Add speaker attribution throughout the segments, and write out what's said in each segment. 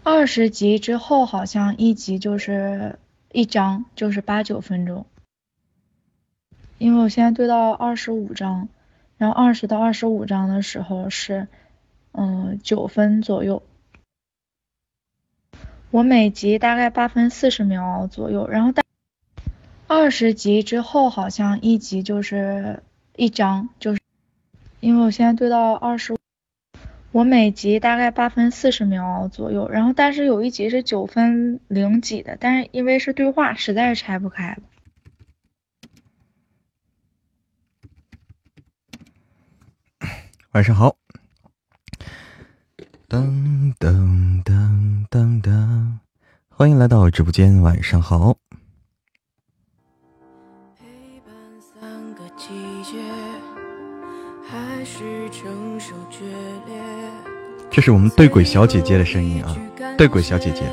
Speaker 1: 20集之后好像一集就是一章，就是8、9分钟。因为我现在对到25章，然后20到25章的时候是9分左右。我每集大概8分40秒左右，然后20集之后好像一集就是一章，就是因为我现在对到我每集大概8分40秒左右，然后但是有一集是9分0几的，但是因为是对话，实在是拆不开了。
Speaker 2: 晚上好，噔噔噔噔噔，欢迎来到直播间，晚上好。这是我们对鬼小姐姐的声音啊，对鬼小姐姐。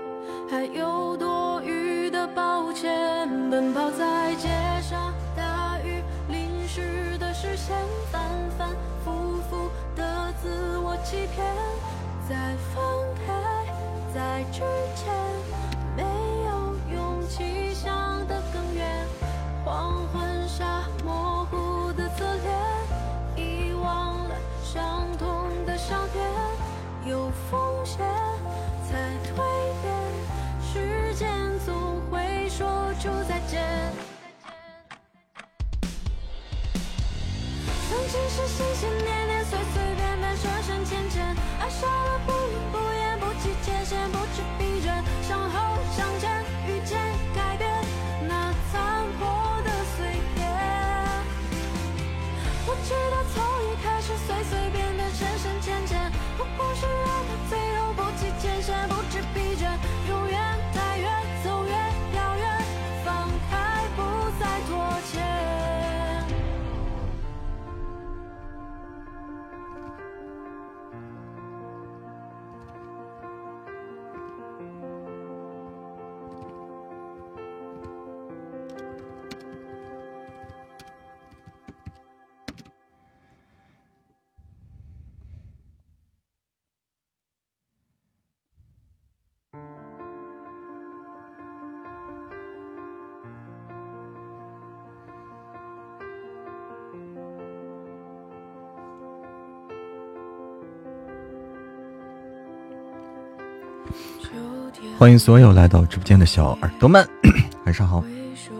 Speaker 2: 欢迎所有来到直播间的小耳朵们，晚上好。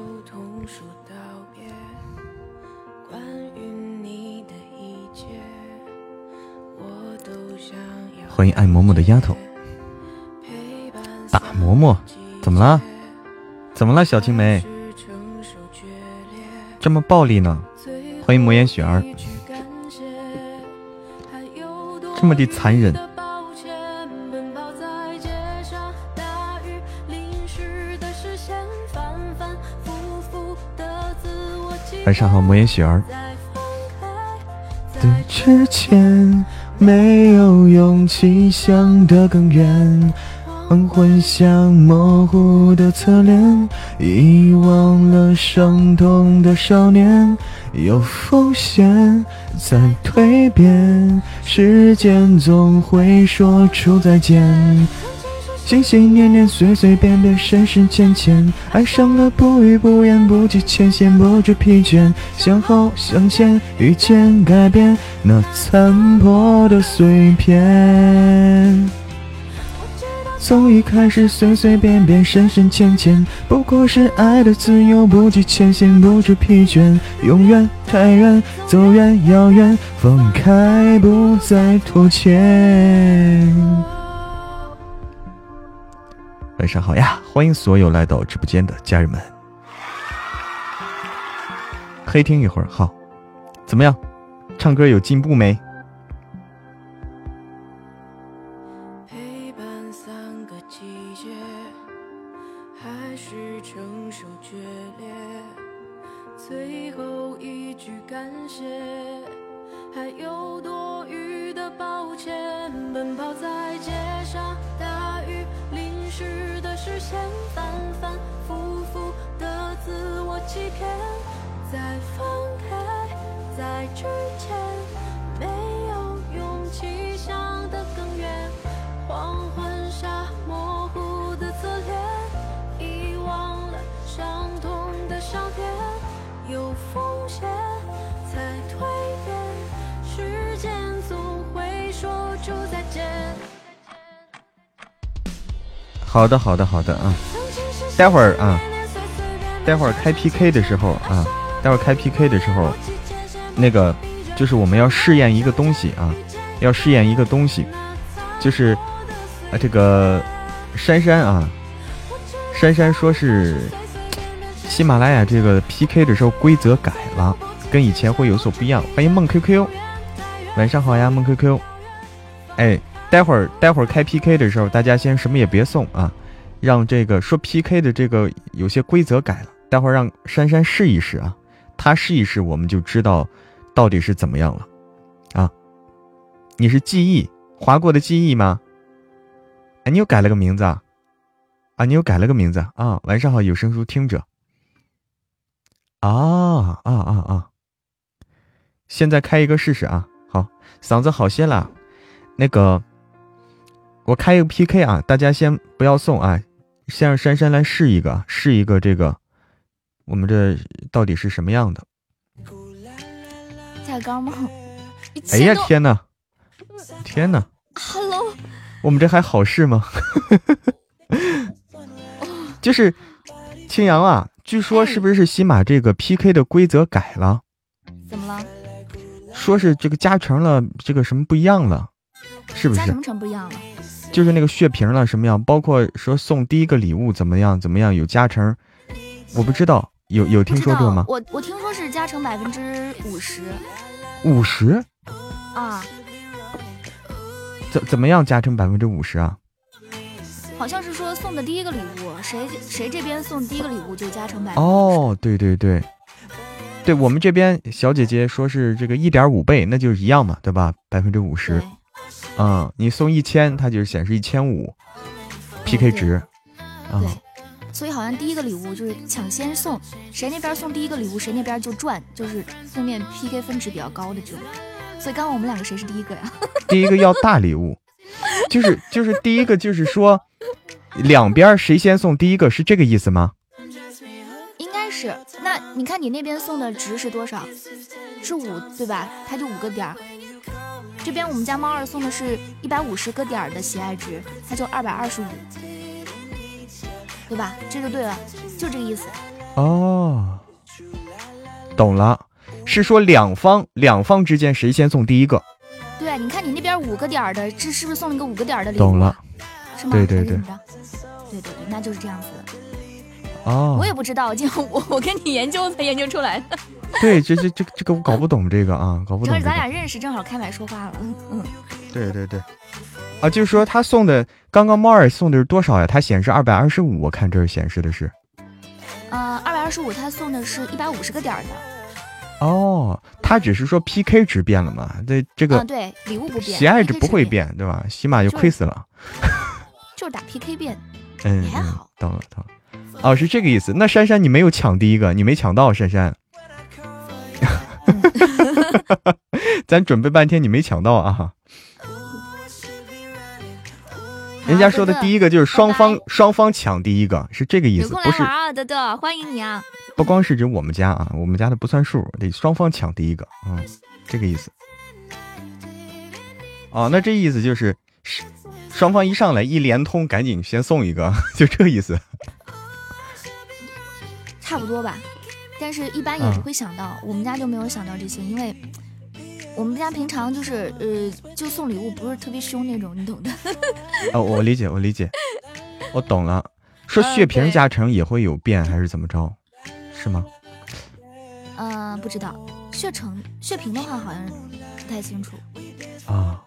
Speaker 2: 欢迎爱嬷嬷的丫头，大嬷嬷，怎么了？怎么了，小青梅？这么暴力呢？欢迎魔岩雪儿，这么的残忍。晚上好，魔岩雪儿。之前没有勇气想得更远，黄昏像模糊的侧脸，遗忘了伤痛的少年，有风险在蜕变，时间总会说出再见。心心念念，随随便便，深深浅浅，爱上了不语不言，不计前嫌，不知疲倦，向后向前，遇见改变那残破的碎片。从一开始随随便便，深深浅浅，不过是爱的自由，不计前嫌，不知疲倦，永远太远，走远遥远，放开不再拖欠。晚上好呀，欢迎所有来到直播间的家人们。黑听一会儿，好，怎么样？唱歌有进步没？
Speaker 3: 黄昏下
Speaker 2: 好的好的好的啊，待会儿开 PK 的时候啊，那个就是我们要试验一个东西啊，就是这个珊珊说是喜马拉雅这个 PK 的时候规则改了，跟以前会有所不一样。欢迎梦 QQ， 晚上好呀梦 QQ。哎，待会儿开 PK 的时候，大家先什么也别送啊，让这个说 PK 的这个有些规则改了，待会儿让珊珊试一试啊，她试一试我们就知道到底是怎么样了啊。你是记忆划过的记忆吗？哎，你又改了个名字啊？你又改了个名字啊？晚上好，有声书听者。现在开一个试试啊。好，嗓子好些了。那个，我开一个 PK 啊，大家先不要送啊，先让珊珊来试一个这个，我们这到底是什么样的？
Speaker 3: 价高吗？
Speaker 2: 哎呀天哪
Speaker 3: ！Hello，
Speaker 2: 我们这还好试吗？就是青阳啊，据说是不是喜马这个 PK 的规则改了？
Speaker 3: 怎么了？
Speaker 2: 说是这个加成了，这个什么不一样了，是不是？加
Speaker 3: 什么成不一样了？
Speaker 2: 就是那个血瓶了什么样，包括说送第一个礼物怎么样有加成，我不知道，有听说过吗？
Speaker 3: 我听说是加成50%。
Speaker 2: 50%？
Speaker 3: 啊？
Speaker 2: 怎么样加成50%啊？
Speaker 3: 好像是说送的第一个礼物，谁这边送第一个礼物就加成50%。
Speaker 2: 哦，对，我们这边小姐姐说是这个1.5倍，那就是一样嘛，对吧？50%。你送1000，它就显示1500 PK 值。
Speaker 3: 对，所以好像第一个礼物就是抢先送，谁那边送第一个礼物，谁那边就赚，就是对面 PK 分值比较高的这种。所以刚刚我们两个谁是第一个呀？
Speaker 2: 第一个要大礼物，就是第一个就是说。两边谁先送第一个是这个意思吗？
Speaker 3: 应该是。那你看你那边送的值是多少？是5对吧？它就5个点。这边我们家猫儿送的是150个点的喜爱值，它就225，对吧？这就对了，就这个意思。
Speaker 2: 哦，懂了，是说两方之间谁先送第一个？
Speaker 3: 对，你看你那边5个点的，这是不是送了一个5个点的礼物？
Speaker 2: 懂了。
Speaker 3: 是吗？
Speaker 2: 对，
Speaker 3: 那就是这样子的。
Speaker 2: 哦，
Speaker 3: 我也不知道，我跟你研究才研究出来的。
Speaker 2: 对，这个我搞不懂这个啊，搞不懂、这个。
Speaker 3: 咱俩认识，正好开麦说话了。
Speaker 2: 对，就是说他送的，刚刚猫儿送的是多少呀？它显示225，我看这儿显示的是。
Speaker 3: 225，他送的是150个点的。
Speaker 2: 哦，他只是说 PK 值变了嘛？对，这个
Speaker 3: 对，礼物不变，
Speaker 2: 喜爱值不会变，对吧？起码就亏死了。
Speaker 3: 就是打 PK 变，
Speaker 2: 也
Speaker 3: 还好。
Speaker 2: 懂了。哦，是这个意思。那珊珊，你没有抢第一个，你没抢到，珊珊。咱准备半天，你没抢到啊！人家说的第一个就是双方抢第一个，是这个意思，不是？
Speaker 3: 德德，欢迎你啊！
Speaker 2: 不光是指我们家啊，我们家的不算数，得双方抢第一个，这个意思。哦，那这意思就是双方一上来一连通，赶紧先送一个，就这个意思。
Speaker 3: 差不多吧，但是一般也不会想到，我们家就没有想到这些，因为我们家平常就是就送礼物不是特别凶那种，你懂的。
Speaker 2: 哦，我理解，我懂了。说血瓶加成也会有变，还是怎么着？是吗？
Speaker 3: 不知道，血瓶的话好像不太清楚。
Speaker 2: 啊。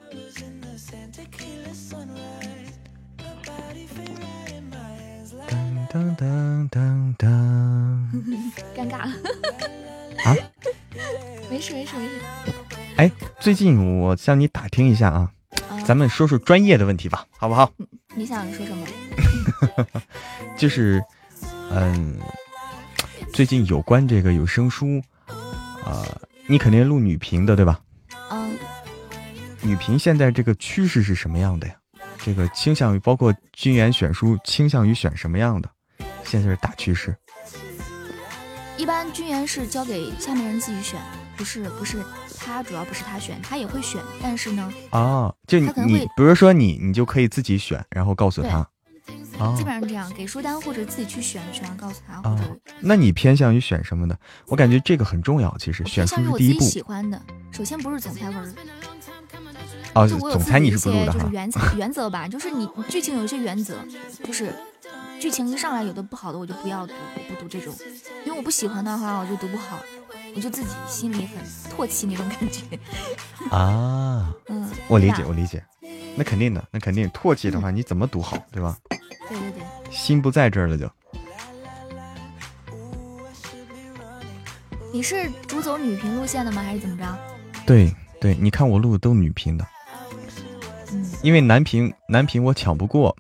Speaker 2: 当，
Speaker 3: 尴尬了。
Speaker 2: 啊？
Speaker 3: 没事。
Speaker 2: 哎，最近我向你打听一下啊，咱们说说专业的问题吧，好不好？
Speaker 3: 你想说什么？
Speaker 2: 就是，最近有关这个有声书，你肯定录女频的对吧？女频现在这个趋势是什么样的呀？这个倾向于包括军研选书，倾向于选什么样的？现在是大趋势。
Speaker 3: 一般军研是交给下面人自己选，不是他，主要不是他选，他也会选，但是呢，
Speaker 2: 就你比如说你就可以自己选，然后告诉他。
Speaker 3: 基本上这样，给书单或者自己去选完告诉他。或者
Speaker 2: 那你偏向于选什么的？我感觉这个很重要，其实选书是第一步。
Speaker 3: 我喜欢的，首先不是总裁文。
Speaker 2: 总裁你是不录的哈。
Speaker 3: 就是原则吧，就是你剧情有一些原则，就是剧情一上来有的不好的我就不要读，我不读这种，因为我不喜欢的话我就读不好，我就自己心里很唾弃那种感觉。
Speaker 2: 啊，我理解。那肯定的，唾弃的话你怎么读好，对吧？
Speaker 3: 对，
Speaker 2: 心不在这儿了就。
Speaker 3: 你是主走女频路线的吗？还是怎么着？
Speaker 2: 对，你看我录的都女频的，因为男频我抢不过。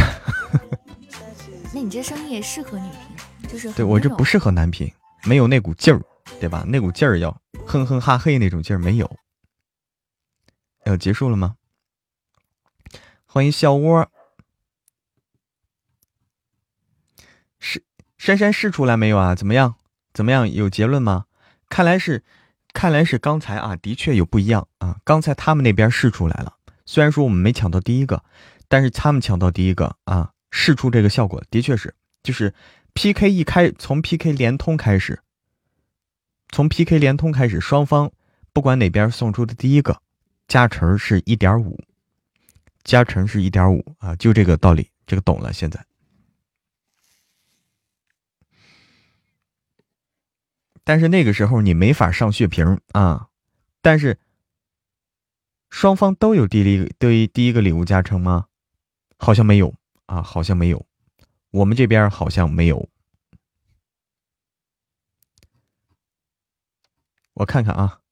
Speaker 3: 那你这声音也适合女频，就是
Speaker 2: 对我这不适合男频，没有那股劲儿，对吧？那股劲儿要哼哼哈嘿那种劲儿没有。结束了吗？欢迎笑窝。珊珊试出来没有啊？怎么样？有结论吗？看来是刚才啊，的确有不一样啊。刚才他们那边试出来了，虽然说我们没抢到第一个，但是他们抢到第一个啊，试出这个效果的确是，就是 PK 从 PK 联通开始，双方不管哪边送出的第一个加成是 1.5， 啊，就这个道理，这个懂了现在。但是那个时候你没法上血瓶啊，但是双方都有第一个礼物加成吗？好像没有啊，我们这边好像没有。我看看啊，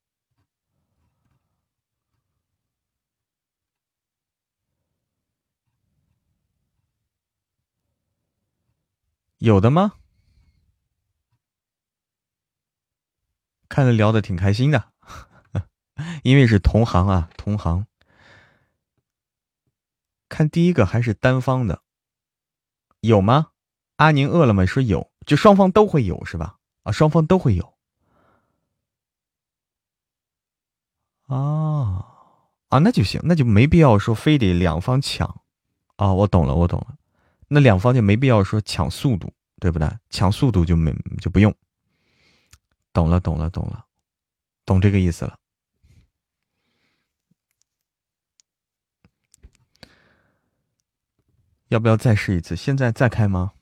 Speaker 2: 有的吗？看着聊得挺开心的，因为是同行啊，看第一个还是单方的，有吗？阿宁饿了么说有，就双方都会有是吧？啊，双方都会有。那就行，那就没必要说非得两方抢啊。我懂了，那两方就没必要说抢速度，对不对？抢速度就不用。懂了，懂这个意思了。要不要再试一次？现在再开吗？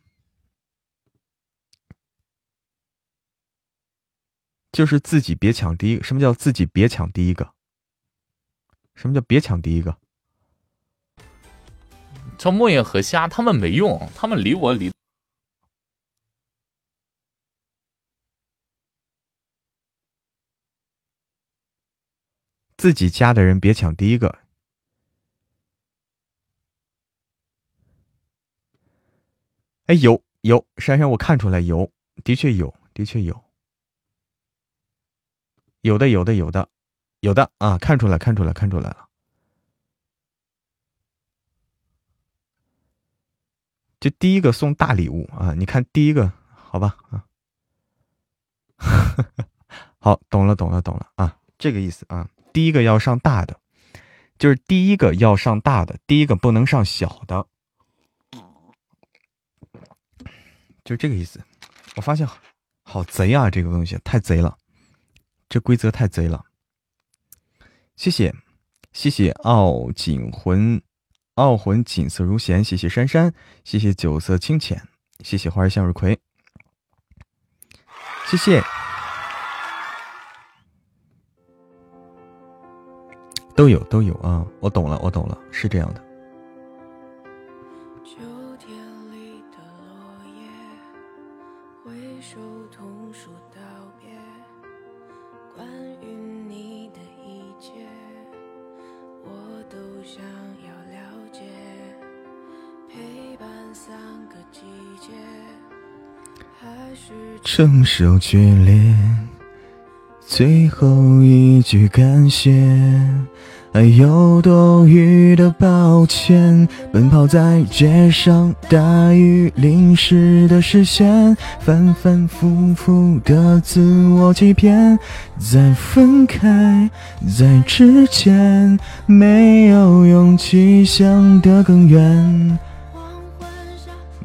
Speaker 2: 就是自己别抢第一个。什么叫自己别抢第一个？什么叫别抢第一个？
Speaker 4: 叫莫言和虾他们没用，他们离我离。
Speaker 2: 自己家的人别抢第一个。哎，有，珊珊我看出来有，的确有，有的啊，看出来了。就第一个送大礼物啊，你看第一个，好吧啊，好，懂了啊，这个意思啊。第一个要上大的，就是第一个要上大的，第一个不能上小的，就这个意思。我发现好贼啊，这个东西太贼了，这规则太贼了。谢谢傲魂锦瑟如弦，谢谢珊珊，谢谢酒色清浅，谢谢花儿向日葵，谢谢。都有啊，我懂了，是这样的。承受决裂，最后一句感谢，还有多余的抱歉，奔跑在街上，大雨淋湿的视线，反反复复的自我欺骗，在分开，在之前，没有勇气想得更远。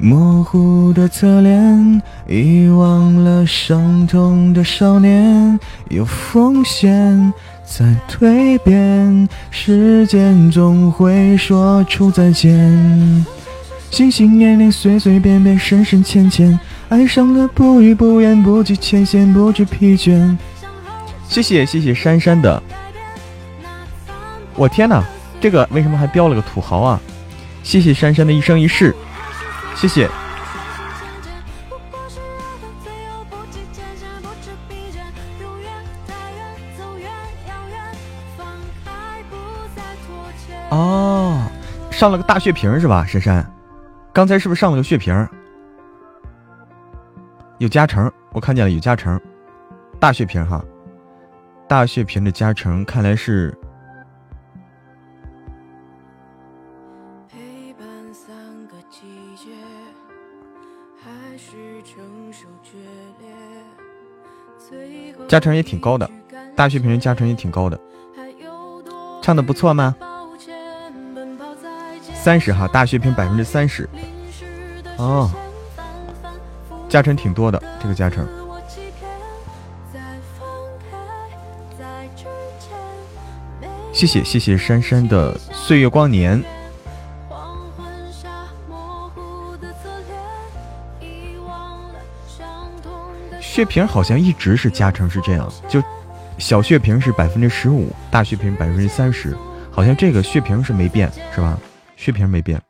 Speaker 2: 模糊的侧脸，遗忘了伤痛的少年，有风险在蜕变，时间总会说出再见。心心念念，随随便便，深深浅浅，爱上了不语不言，不计前嫌，不知疲倦。谢谢珊珊的，我天哪，这个为什么还标了个土豪啊？谢谢珊珊的一生一世，谢谢。哦，上了个大血瓶是吧？珊珊刚才是不是上了个血瓶？有加成，我看见了，有加成，大血瓶哈，大血瓶的加成看来是加成也挺高的，大血瓶加成也挺高的，唱的不错吗？30哈，大血瓶30%，哦，加成挺多的，这个加成。谢谢珊珊的岁月光年。血瓶好像一直是加成是这样，就小血瓶是15%，大血瓶30%，好像这个血瓶是没变，是吧？血瓶没变，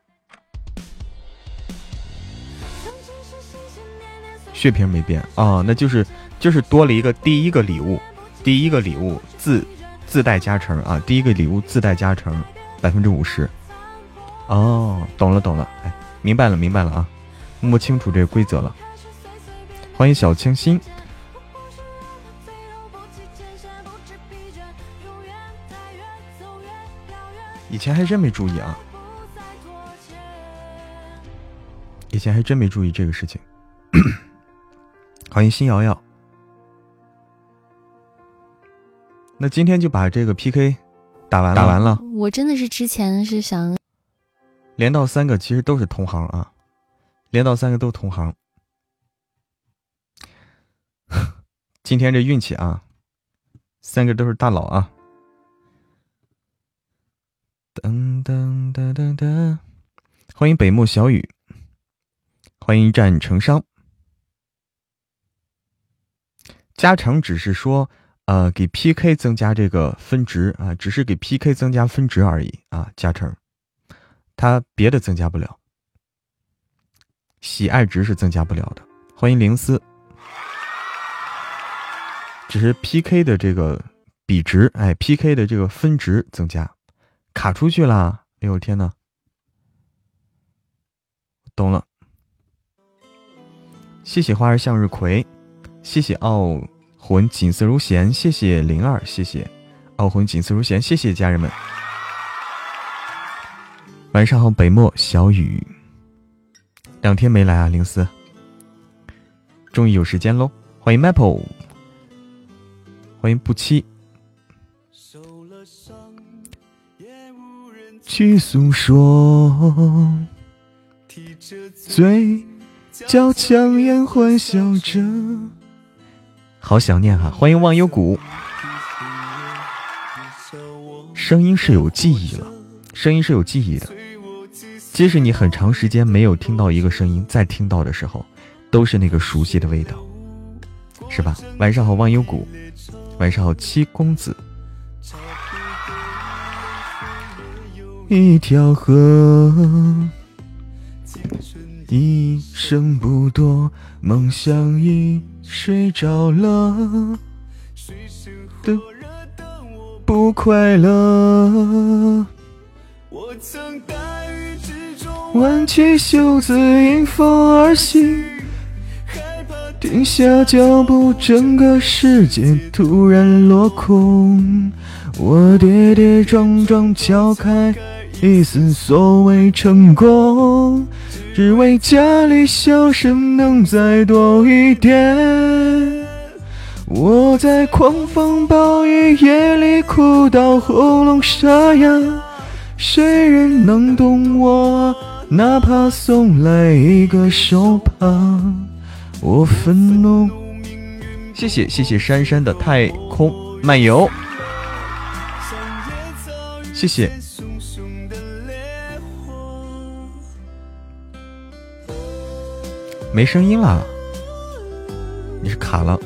Speaker 2: 血瓶没变啊，那就是多了一个第一个礼物自带加成啊，第一个礼物自带加成50%。哦，懂了，哎，明白了啊，摸清楚这个规则了。欢迎小清新。以前还真没注意啊，以前还真没注意这个事情。欢迎新瑶瑶。那今天就把这个 PK 打完了。
Speaker 5: 我真的是之前是想
Speaker 2: 连到3个其实都是同行啊，连到3个都同行。今天这运气啊，3个都是大佬啊。噔噔噔噔噔，欢迎北漠小雨，欢迎战成伤。加成只是说给 PK 增加这个分值啊，只是给 PK 增加分值而已啊，加成它别的增加不了，喜爱值是增加不了的。欢迎灵思，只是 PK 的这个比值，哎 ，PK 的这个分值增加。卡出去了，哎呦天哪！懂了，谢谢花儿向日葵，谢谢傲魂锦瑟如弦，谢谢02，谢谢傲魂锦瑟如弦，谢谢家人们。晚上好，北漠小雨，2天没来啊，灵思，终于有时间喽。欢迎 Maple， 欢迎不期。去诉说，嘴角强颜欢笑着，好想念哈！欢迎忘忧谷，声音是有记忆了，声音是有记忆的。即使你很长时间没有听到一个声音，再听到的时候，都是那个熟悉的味道，是吧？晚上好，忘忧谷，晚上好，七公子。一条河，一生不多，梦想已睡着了，的不快乐。挽起袖子迎风而行，停下脚步，整个世界突然落空。我跌跌撞撞敲开一丝所谓成功，只为家里笑声能再多一点。我在狂风暴雨夜里哭到喉咙沙哑，谁人能懂我哪怕送来一个手帕，我愤怒。谢谢谢谢珊珊的太空漫游，谢谢。没声音了，你是卡了，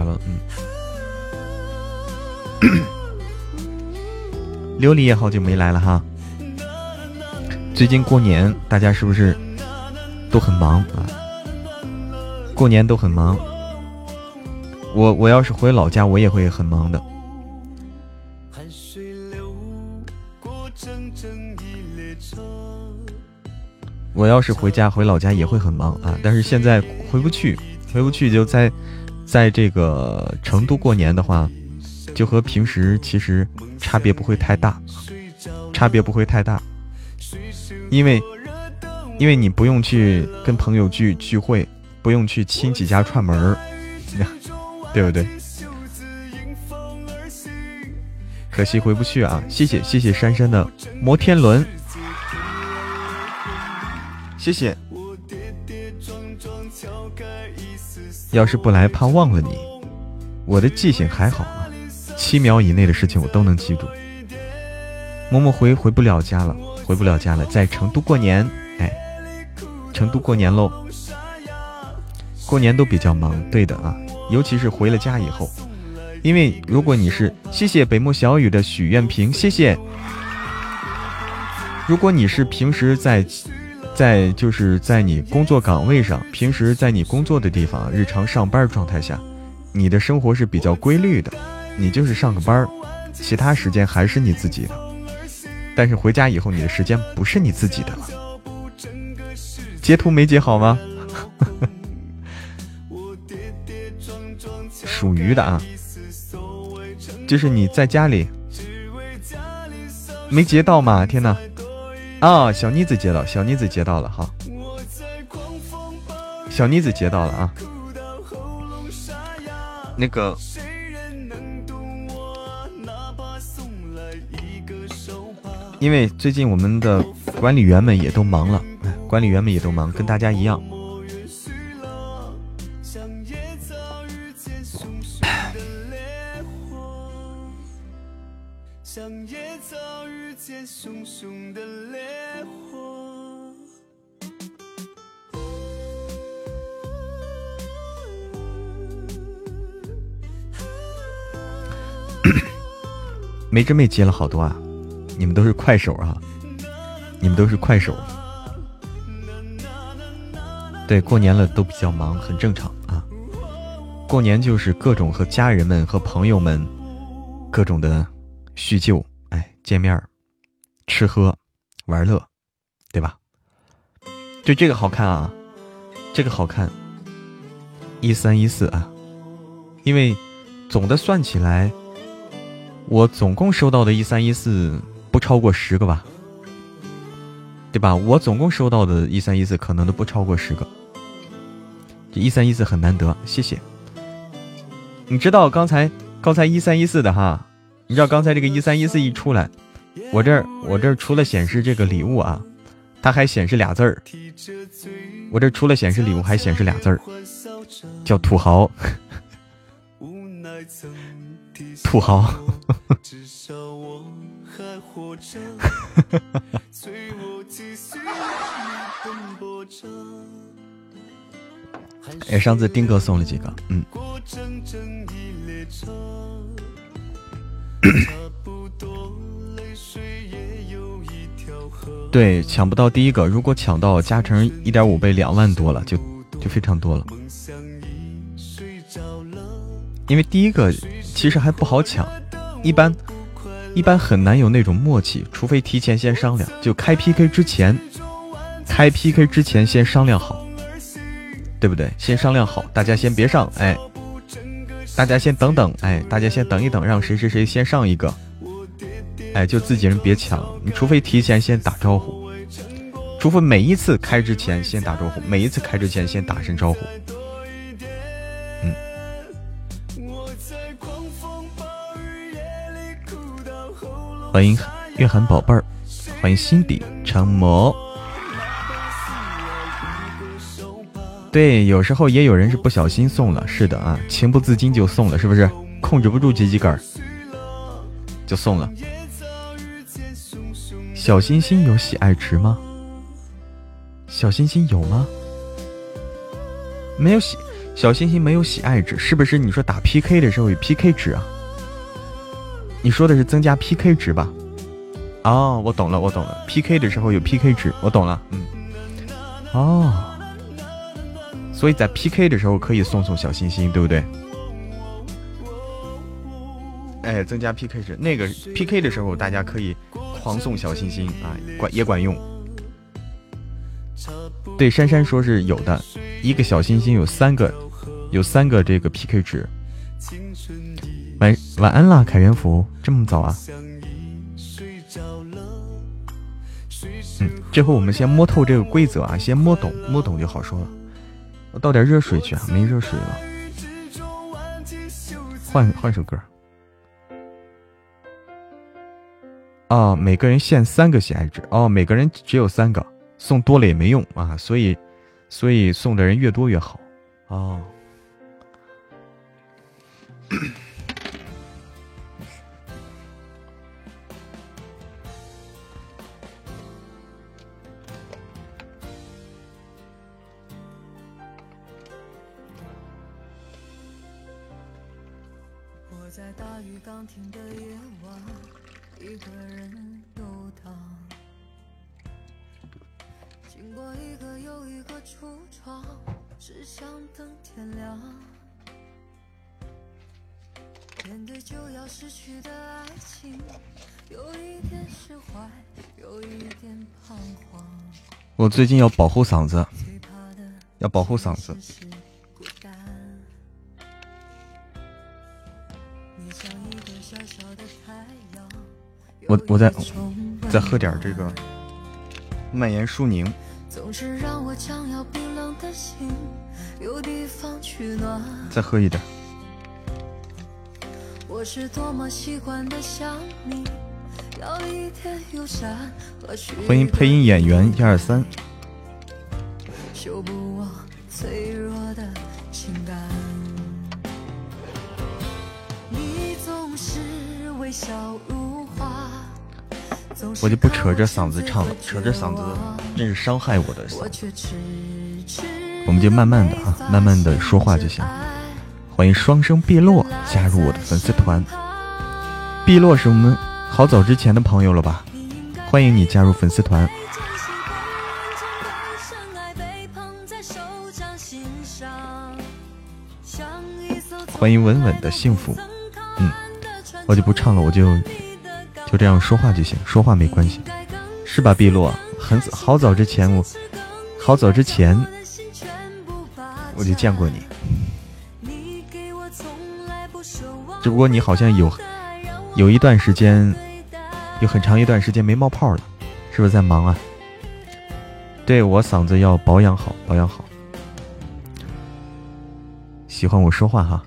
Speaker 2: 琉璃也好久没来了哈。最近过年大家是不是都很忙啊？过年都很忙，我要是回老家我也会很忙的。我要是回老家也会很忙啊，但是现在回不去就在这个成都过年的话，就和平时其实差别不会太大，因为你不用去跟朋友聚会，不用去亲戚家串门儿，对不对？可惜回不去啊！谢谢珊珊的摩天轮，谢谢。要是不来，怕忘了你。我的记性还好啊，7秒以内的事情我都能记住。默默回不了家了，在成都过年，成都过年喽。过年都比较忙，对的啊，尤其是回了家以后，因为如果你是，谢谢北漠小雨的许愿瓶，谢谢。如果你是平时就是在你工作岗位上，平时在你工作的地方，日常上班状态下，你的生活是比较规律的，你就是上个班，其他时间还是你自己的。但是回家以后，你的时间不是你自己的了。截图没截好吗？属鱼的啊，就是你在家里没截到吗？天哪！啊，小妮子截到了哈，小妮子截到了啊。那个，因为最近我们的管理员们也都忙了，跟大家一样。梅真妹接了好多啊，你们都是快手啊，对，过年了都比较忙，很正常啊。过年就是各种和家人们和朋友们各种的叙旧，见面吃喝玩乐，对吧？就这个好看啊，这个好看，1314啊，因为总的算起来，我总共收到的1314不超过10个吧，对吧？我总共收到的1314可能都不超过10个，这1314很难得，谢谢。你知道刚才1314的哈，你知道刚才这个1314一出来，我这儿除了显示这个礼物啊，它还显示俩字儿，我这除了显示礼物还显示俩字儿，叫土豪。土豪。上次丁哥送了几个，对，抢不到第一个，如果抢到加成 1.5 倍2万多了，就非常多了。因为第一个其实还不好抢，一般很难有那种默契，除非提前先商量，就开 PK 之前先商量好，对不对？先商量好，大家先别上，大家先等等，大家先等一等，让谁先上一个，就自己人别抢，你除非提前先打招呼，除非每一次开之前先打招呼，每一次开之前先打声招呼。欢迎月涵宝贝儿，欢迎心底长魔。 对，有时候也有人是不小心送了，是的啊，情不自禁就送了，是不是？控制不住鸡杆就送了。小星星有喜爱值吗？小星星有吗？没有小星星没有喜爱值，是不是？你说打 PK 的时候有 PK 值啊？你说的是增加 PK 值吧？哦，我懂了，PK 的时候有 PK 值，我懂了，哦，所以在 PK 的时候可以送小星星，对不对？哎，增加 PK 值，那个 PK 的时候大家可以狂送小星星啊，也管用。对，珊珊说是有的，一个小星星有3个这个 PK 值。晚安啦，凯元福，这么早啊？这回我们先摸透这个规则啊，先摸懂就好说了。我倒点热水去啊，没热水了。换首歌。哦，每个人限3个喜爱值。哦，每个人只有3个，送多了也没用啊，所以送的人越多越好。哦。
Speaker 6: 在大雨刚停的夜晚，一个人游荡，经过一个又一个橱窗，只想等天亮。面对就要失去的爱情，有一点释怀，有一点彷徨。
Speaker 2: 我最近要保护嗓子，要保护嗓子。我再喝点这个蔓延舒宁。再喝一点。欢迎配音演员123。我就不扯着嗓子唱了，扯着嗓子真是伤害我的嗓子。我们就慢慢的啊，慢慢的说话就行。欢迎双生碧落加入我的粉丝团。碧落是我们好早之前的朋友了吧？欢迎你加入粉丝团。欢迎稳稳的幸福。我就不唱了，我就这样说话就行，说话没关系，是吧？碧落，好早之前我就见过你，只不过你好像有一段时间，有很长一段时间没冒泡了，是不是在忙啊？对，我嗓子要保养好，保养好。喜欢我说话哈。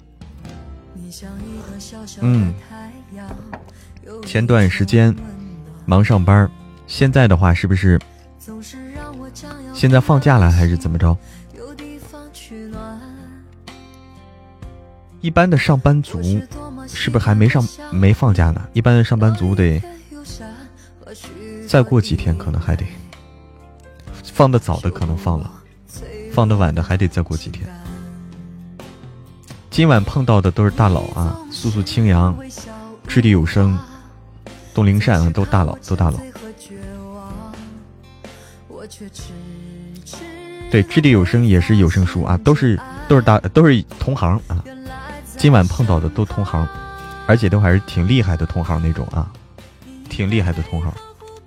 Speaker 2: 前段时间忙上班，现在的话是不是现在放假了还是怎么着？一般的上班族是不是还没放假呢？一般的上班族得再过几天，可能还得放得早的可能放了，放得晚的还得再过几天。今晚碰到的都是大佬啊，素素清扬、掷地有声、东陵善啊，都大佬。对，掷地有声也是有声书啊，都是同行啊。今晚碰到的都同行，而且都还是挺厉害的同行那种啊，挺厉害的同行。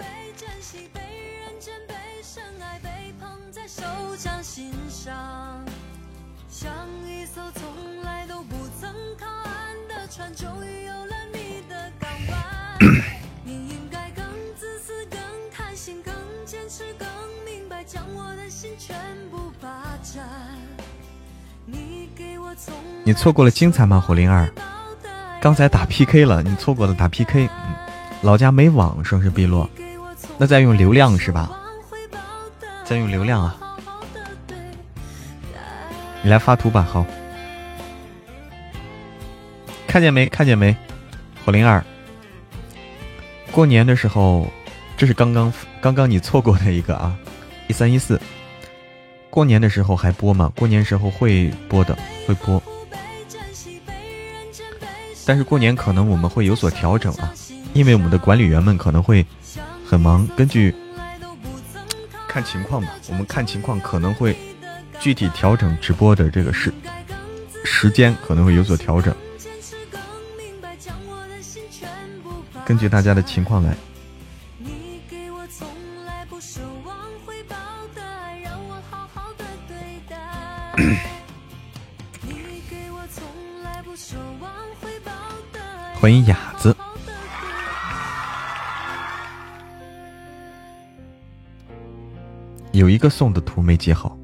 Speaker 2: 你错过了精彩吗？火灵儿，刚才打 PK 了，你错过了打 PK。老家没网，声势必落，那再用流量是吧？再用流量啊。 你来发图吧。好，看见没？看见没？火灵儿，过年的时候，这是刚刚你错过的一个啊，1314。过年的时候还播吗？过年时候会播的，会播。但是过年可能我们会有所调整啊，因为我们的管理员们可能会很忙，根据看情况吧，我们看情况可能会具体调整直播的这个时间，可能会有所调整，根据大家的情况来。欢迎雅子。有一个送的图没截好，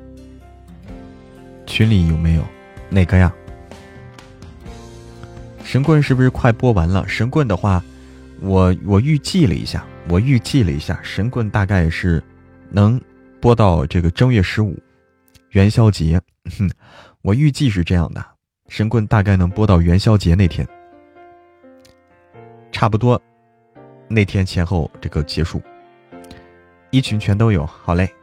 Speaker 2: 群里有没有？哪个呀？神棍是不是快播完了？神棍的话，我预计了一下，神棍大概是能播到这个正月15元宵节，我预计是这样的，神棍大概能播到元宵节那天，差不多那天前后这个结束。一群全都有，好嘞。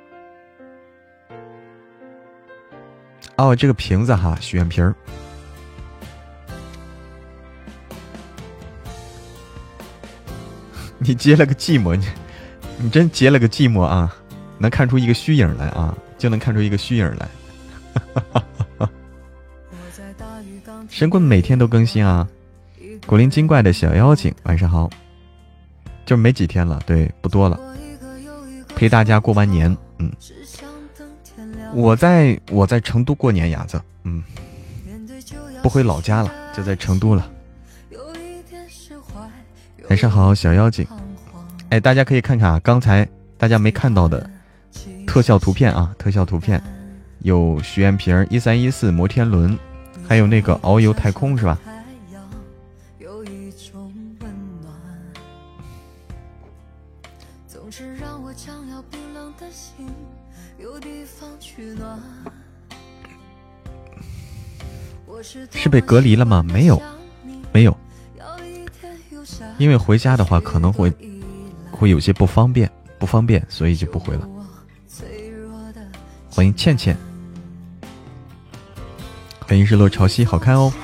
Speaker 2: 哦，这个瓶子哈，许愿瓶儿。你接了个寂寞，你真接了个寂寞啊！能看出一个虚影来啊，就能看出一个虚影来。神棍每天都更新啊，古灵精怪的小妖精，晚上好。就没几天了，对，不多了。陪大家过完年，我在成都过年，雅子，不回老家了，就在成都了。晚上好，小妖精。哎，大家可以看看啊，刚才大家没看到的特效图片啊，有许愿瓶、1314摩天轮，还有那个遨游太空是吧？是被隔离了吗？没有，因为回家的话可能会有些不方便，所以就不回了。欢迎倩倩，欢迎日落潮汐，好看哦。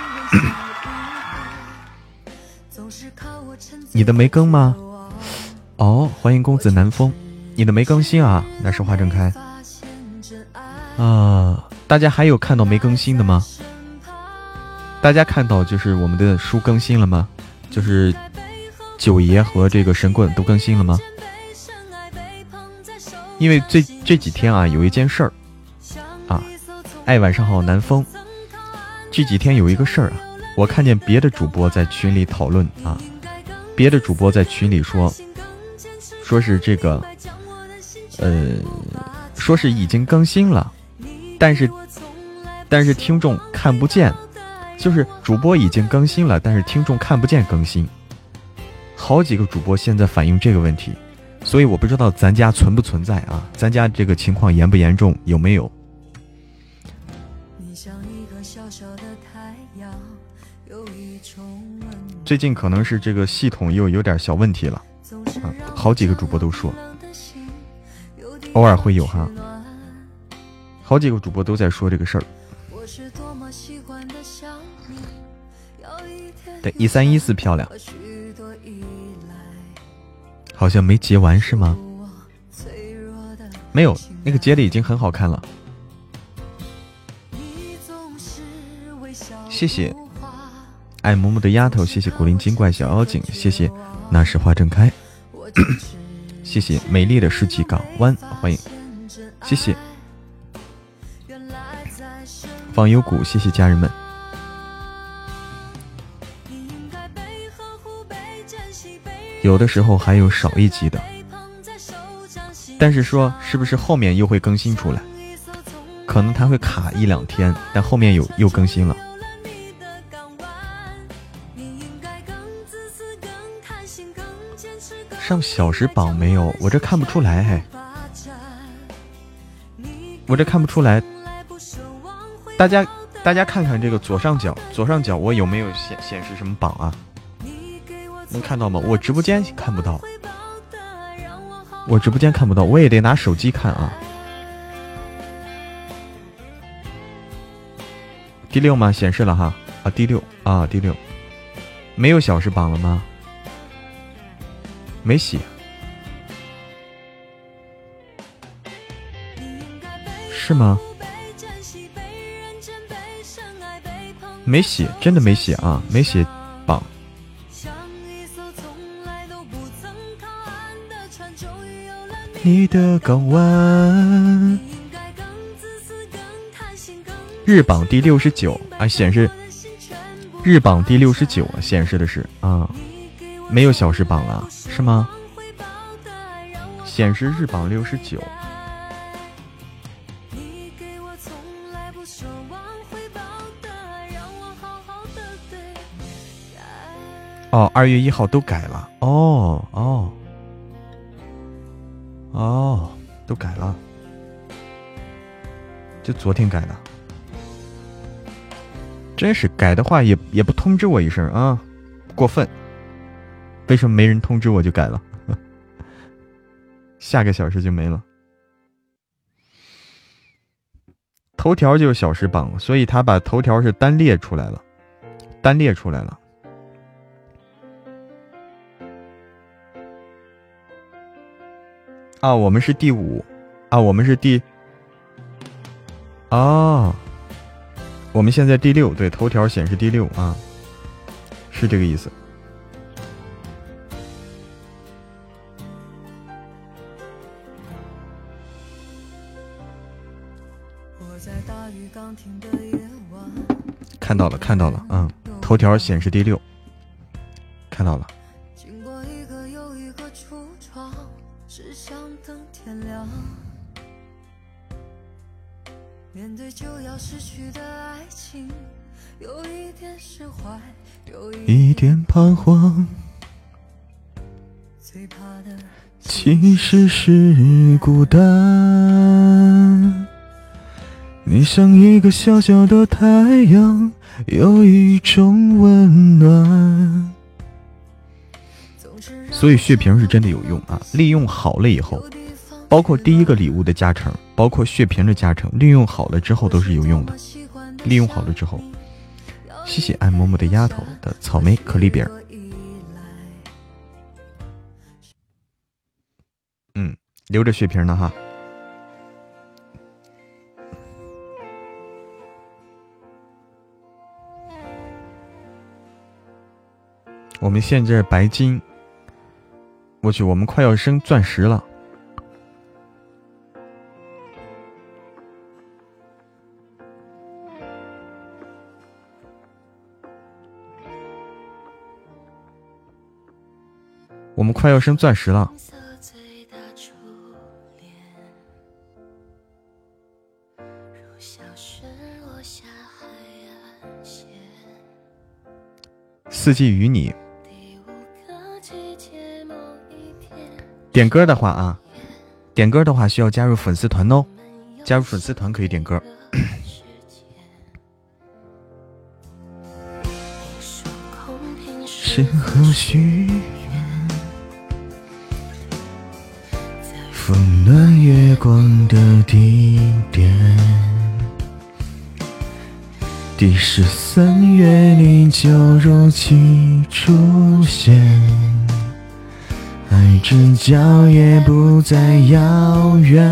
Speaker 2: 你的没更吗？哦，欢迎公子南风，你的没更新啊？那是花正开啊。大家还有看到没更新的吗？大家看到就是我们的书更新了吗？就是九爷和这个神棍都更新了吗？因为这几天啊，有一件事儿啊，哎，晚上好，南风。这几天有一个事儿啊，我看见别的主播在群里讨论啊，别的主播在群里说是这个，说是已经更新了，但是听众看不见。就是主播已经更新了，但是听众看不见更新。好几个主播现在反映这个问题，所以我不知道咱家存不存在啊？咱家这个情况严不严重？有没有？最近可能是这个系统又有点小问题了啊，好几个主播都说，偶尔会有哈，好几个主播都在说这个事儿。对，1314漂亮，好像没截完是吗？没有，那个截的已经很好看了。谢谢爱嬷嬷的丫头，谢谢古灵精怪小妖精，谢谢那时花正开，谢谢美丽的世纪港湾，欢迎，谢谢放幽谷，谢谢家人们。有的时候还有少一集的，但是说是不是后面又会更新出来？可能它会卡1-2天，但后面又更新了。上小时榜没有？我这看不出来，我这看不出来。 大家看看这个左上角我有没有显示什么榜啊？能看到吗？我直播间看不到，我也得拿手机看啊。第6吗？显示了哈啊，第6啊，第6，没有小时榜了吗？没写，是吗？没写，真的没写啊，没写榜。你的港湾，日榜第69啊，显示日榜第69啊，显示的是啊，没有小时榜了，是吗？显示日榜69。哦，2月1号都改了，都改了，就昨天改的，真是改的话也不通知我一声啊，过分！为什么没人通知我就改了？下个小时就没了。头条就有小时榜，所以他把头条是单列出来了。啊，我们是第5啊，我们是我们现在第6，对，头条显示第6啊，是这个意思。看到了，头条显示第6，看到了。面对就要失去的爱情，有一点释怀，有一点彷徨，最怕的其实是孤单。你像一个小小的太阳，有一种温暖。所以血瓶是真的有用啊，利用好了以后，包括第1个礼物的加成，包括血瓶的加成，利用好了之后都是有用的。利用好了之后，谢谢爱嬷嬷的丫头的草莓可丽饼。留着血瓶呢哈。我们现在白金，我去，我们快要升钻石了。我们快要升钻石了。四季与你。点歌的话啊，点歌的话需要加入粉丝团哦，加入粉丝团可以点歌。是何许愿，风暖月光的地点，第13月你就如期出现，爱之角也不再遥远，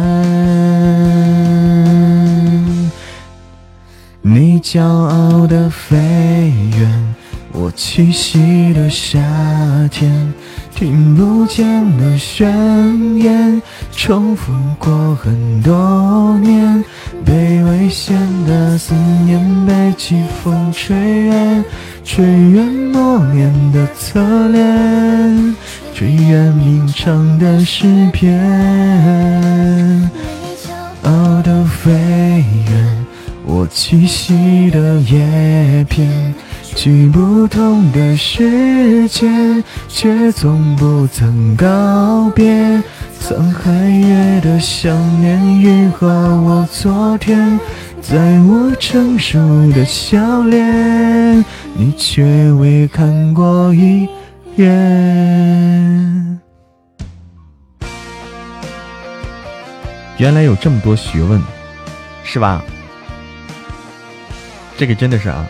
Speaker 2: 你骄傲的飞远，我栖息的夏天，听不见的宣言，重复过很多年，被危险的思念被季风吹远，吹远默念的侧脸，吹远鸣唱的诗篇，傲的飞远，我栖息的叶片，去不同的世界，却从不曾告别，沧海月的想念，羽化我昨天， 在我成熟的笑脸，你却未看过一眼。原来有这么多学问，是吧？这个真的是啊。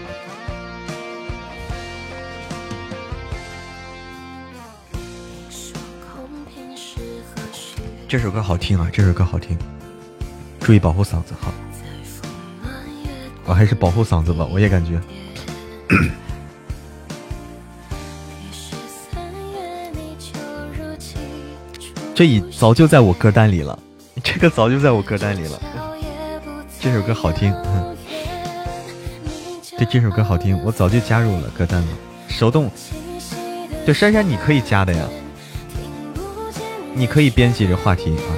Speaker 2: 这首歌好听啊，这首歌好听，注意保护嗓子。好，我还是保护嗓子吧，我也感觉这早就在我歌单里了，这个早就在我歌单里了。这首歌好听，对，这首歌好听，我早就加入了歌单了。手动，对，珊珊你可以加的呀，你可以编辑这话题啊。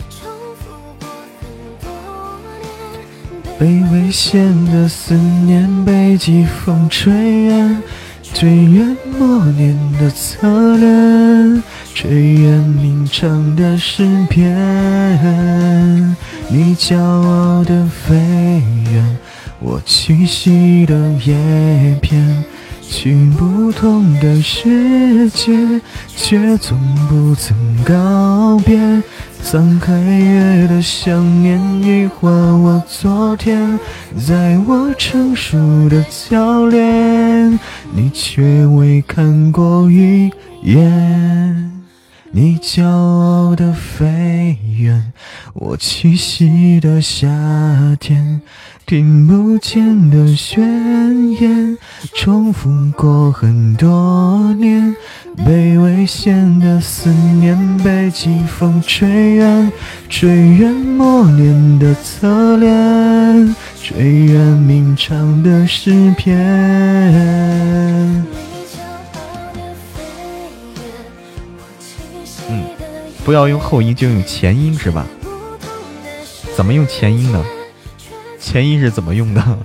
Speaker 2: 被危险的思念被季风吹远，追远默念的侧脸，追远鸣唱的诗篇。你骄傲的飞远，我栖息的叶片，去不同的世界，却从不曾告别。散开月的想念已化我昨天，在我成熟的笑脸，你却未看过一眼。你骄傲的飞远，我栖息的夏天，听不见的宣言，重复过很多年。被危险的思念被季风吹远，追远默念的侧脸，追远鸣唱的诗篇。不要用后音，就用前音是吧？怎么用前音呢？前音是怎么用的？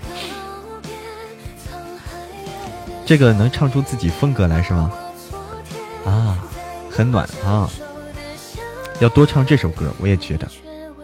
Speaker 2: 这个能唱出自己风格来是吗？啊，很暖啊！要多唱这首歌，我也觉得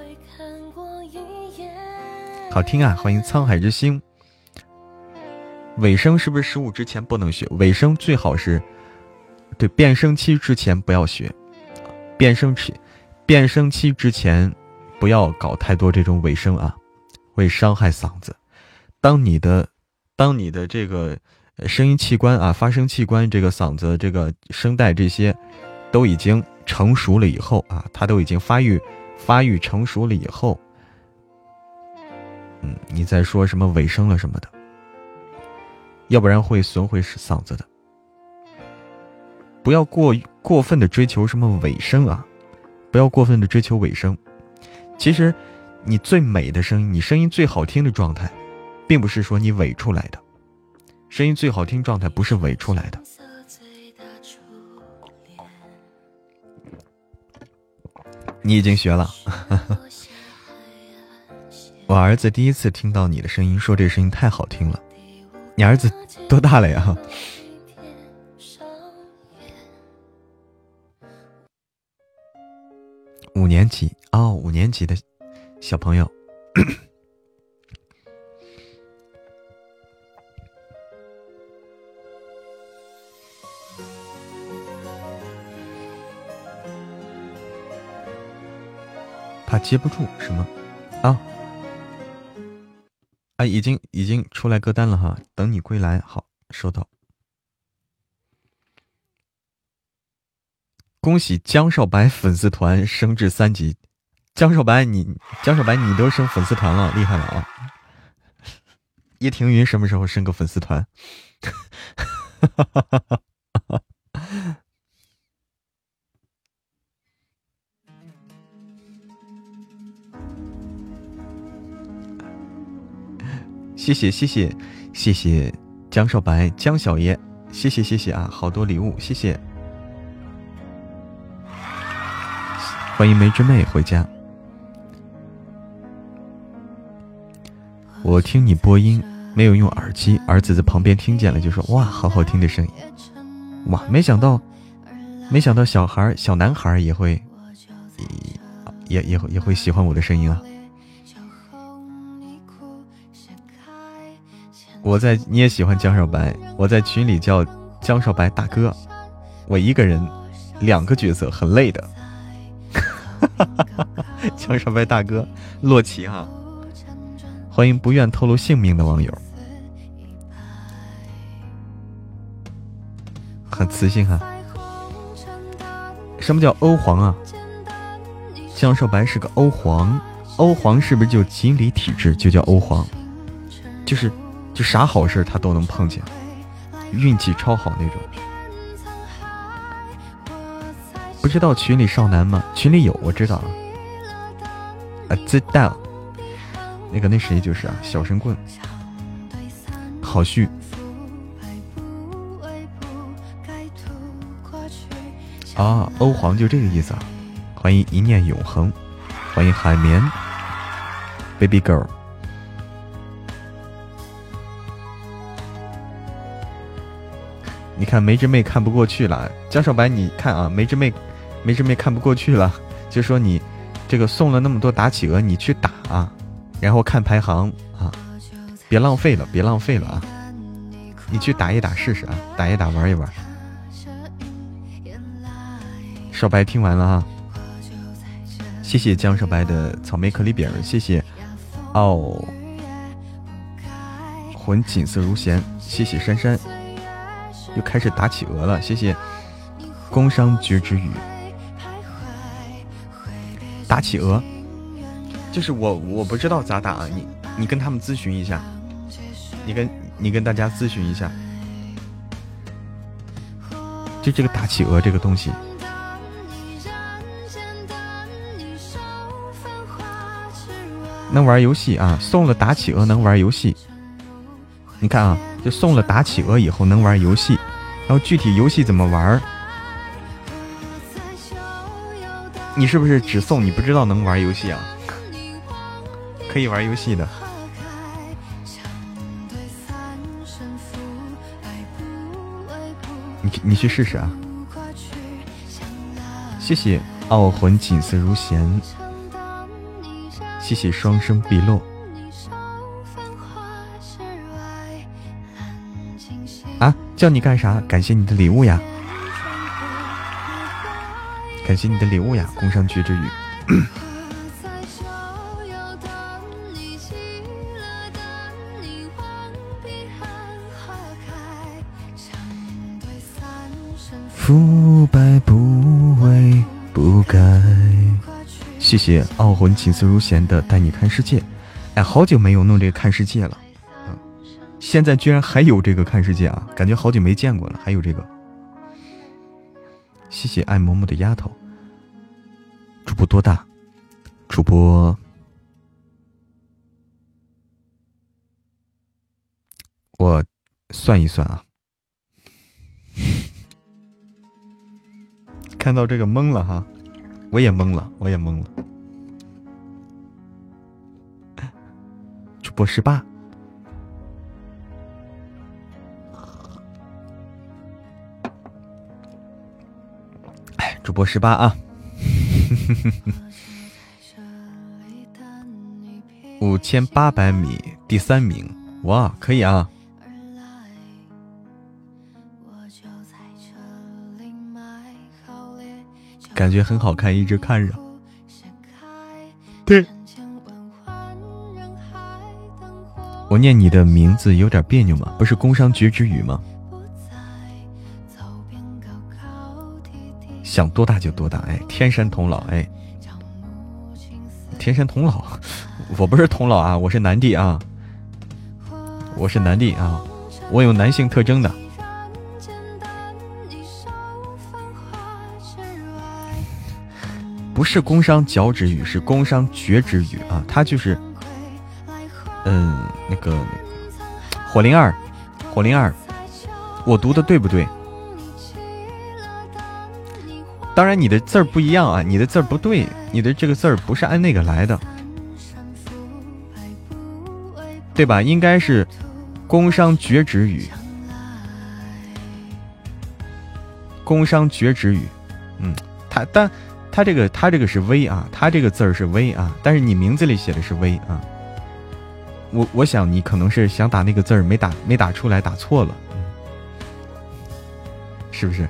Speaker 2: 好听啊！欢迎沧海之星。尾声是不是15之前不能学？尾声最好是对变声期之前不要学。变声期之前不要搞太多这种尾声啊，会伤害嗓子。当你的这个声音器官啊，发声器官，这个嗓子这个声带这些都已经成熟了以后啊，它都已经发育成熟了以后，你再说什么尾声了什么的，要不然会损毁嗓子的。不要过分的追求什么尾声啊，不要过分的追求尾声。其实你最美的声音，你声音最好听的状态，并不是说你尾出来的，声音最好听状态不是尾出来的。你已经学了我儿子第一次听到你的声音，说这声音太好听了。你儿子多大了呀？5年级哦，5年级的小朋友。怕接不住什么啊，已经出来歌单了哈，等你归来。好，收到。恭喜江少白粉丝团升至3级，江少白你都升粉丝团了，厉害了啊！叶庭云什么时候升个粉丝团？谢谢江少白江小爷，谢谢啊，好多礼物，谢谢。欢迎梅之妹回家。我听你播音没有用耳机，儿子在旁边听见了就说哇好好听的声音。哇，没想到小男孩也会喜欢我的声音啊。 你也喜欢江少白，我在群里叫江少白大哥，我一个人2个角色很累的。江少白大哥，洛奇哈，欢迎不愿透露姓名的网友，很磁性哈。什么叫欧皇啊？江少白是个欧皇，欧皇是不是就锦鲤体质，就叫欧皇？就啥好事他都能碰见，运气超好那种。不知道群里少男吗？群里有，我知道啊，知道。那谁就是啊，小神棍，好旭。啊，欧皇就这个意思啊。欢迎一念永恒，欢迎海绵 ，baby girl。你看梅之妹看不过去了，江少白你看啊，梅之妹看不过去了，就说你这个送了那么多打企鹅，你去打啊，然后看排行啊，别浪费了啊，你去打一打试试啊，打一打玩一玩。少白听完了啊，谢谢江少白的草莓可丽饼，谢谢魂锦瑟如弦，谢谢珊珊。又开始打企鹅了，谢谢工商绝之语。打企鹅就是我不知道咋打啊，你跟他们咨询一下，你跟大家咨询一下，就这个打企鹅这个东西。能玩游戏啊，送了打企鹅能玩游戏。你看啊，就送了打企鹅以后能玩游戏，然后具体游戏怎么玩，你是不是只送你不知道能玩游戏啊？可以玩游戏的。你去试试啊。谢谢傲魂锦瑟如弦，谢谢双生碧落。啊，叫你干啥？感谢你的礼物呀，感谢你的礼物呀，工商绝之语。腐败不为不该。谢谢傲魂锦瑟如弦的带你看世界。哎，好久没有弄这个看世界了。现在居然还有这个看世界啊，感觉好久没见过了，还有这个。谢谢爱嬷嬷的丫头。主播多大？主播我算一算啊。看到这个懵了哈，我也懵了。主播18。主播18啊，5800米第3名，哇，可以啊！感觉很好看，一直看着。对，我念你的名字有点别扭吗？不是工商绝之语吗？想多大就多大，哎，天山童姥，哎，天山童姥，我不是童姥啊，我是男帝啊，我是男帝啊，我有男性特征的。不是工商脚趾语，是工商绝之语啊，它就是，那个火灵儿，我读的对不对？当然你的字儿不一样啊，你的字儿不对，你的这个字儿不是按那个来的，对吧？应该是工商绝止语，工商绝止语。他这个是微啊，他这个字儿是微啊，但是你名字里写的是微啊。 我想你可能是想打那个字儿没打出来，打错了，是不是？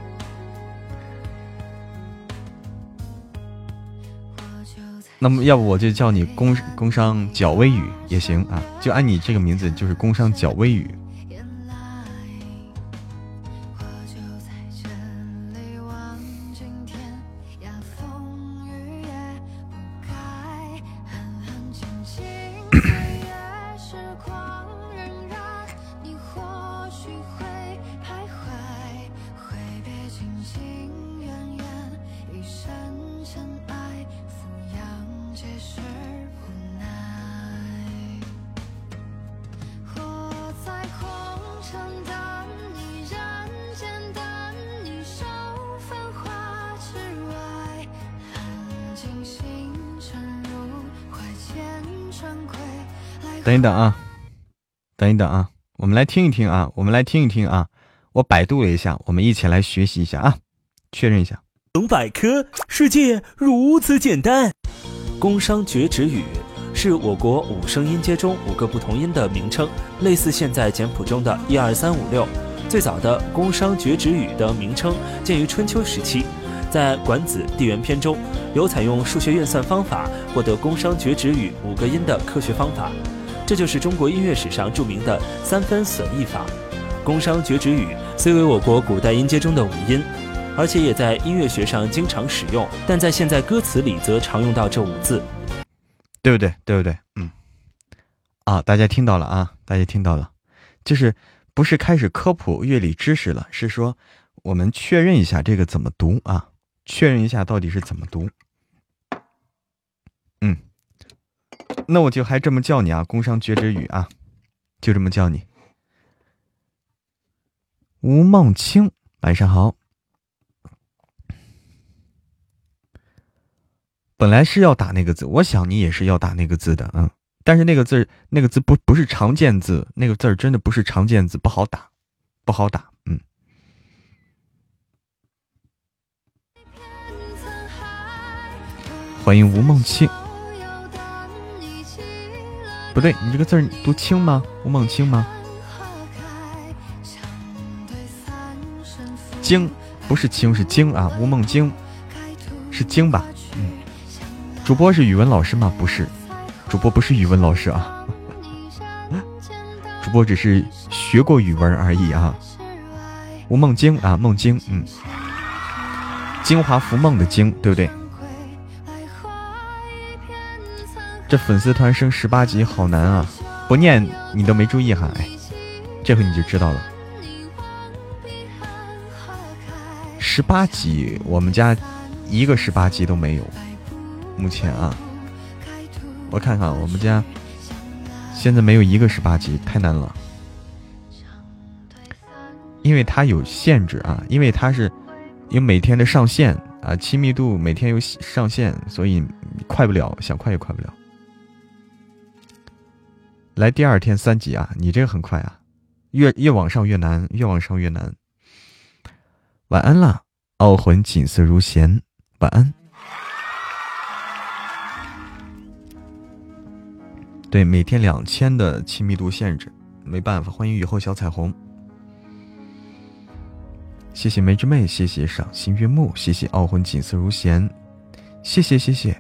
Speaker 2: 那么要不我就叫你工商角微雨也行啊，就按你这个名字就是工商角微雨。等一等啊，等一等啊，我们来听一听啊，我们来听一听啊，我百度了一下，我们一起来学习一下啊，确认一下。
Speaker 7: 懂百科，世界如此简单。工商绝止语是我国五声音阶中5个不同音的名称，类似现在简谱中的1、2、3、5、6。最早的工商绝止语的名称见于春秋时期，在《管子·地缘篇》中有采用数学运算方法获得工商绝止语5个音的科学方法。这就是中国音乐史上著名的3分损益法。工商绝止语虽为我国古代音阶中的5音，而且也在音乐学上经常使用，但在现在歌词里则常用到这5字，
Speaker 2: 对不对？对不对？啊，大家听到了啊，大家听到了，就是不是开始科普乐理知识了，是说我们确认一下这个怎么读啊，确认一下到底是怎么读。那我就还这么叫你啊，工商绝止语啊，就这么叫你。吴梦清，晚上好。本来是要打那个字，我想你也是要打那个字的，但是那个字不是常见字，那个字真的不是常见字，不好打，不好打，欢迎吴梦清。不对，你这个字读清吗？吴梦清吗？京不是清是京啊，吴梦京是京吧？主播是语文老师吗？不是，主播不是语文老师啊，主播只是学过语文而已啊。吴梦京啊，梦京，京华福梦的京，对不对？这粉丝团升18级好难啊，不念你都没注意哈，这回你就知道了。18级我们家一个18级都没有，目前啊，我看看我们家现在没有一个18级，太难了。因为它有限制啊，因为它是有每天的上限啊，亲密度每天有上限，所以快不了，想快也快不了。来第2天3级啊，你这个很快啊，越往上越难，越往上越难。晚安啦，傲魂锦瑟如弦，晚安。对，每天2000的亲密度限制，没办法。欢迎雨后小彩虹，谢谢梅之妹，谢谢赏心悦目，谢谢傲魂锦瑟如弦，谢谢谢谢。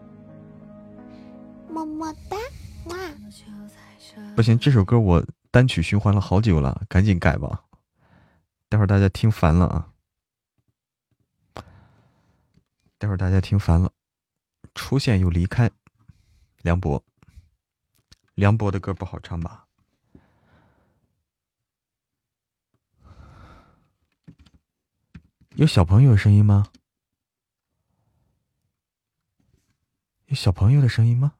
Speaker 5: 么么哒，哇！
Speaker 2: 不行，这首歌我单曲循环了好久了，赶紧改吧，待会儿大家听烦了啊！待会儿大家听烦了，出现又离开。梁博的歌不好唱吧？有小朋友的声音吗？有小朋友的声音吗？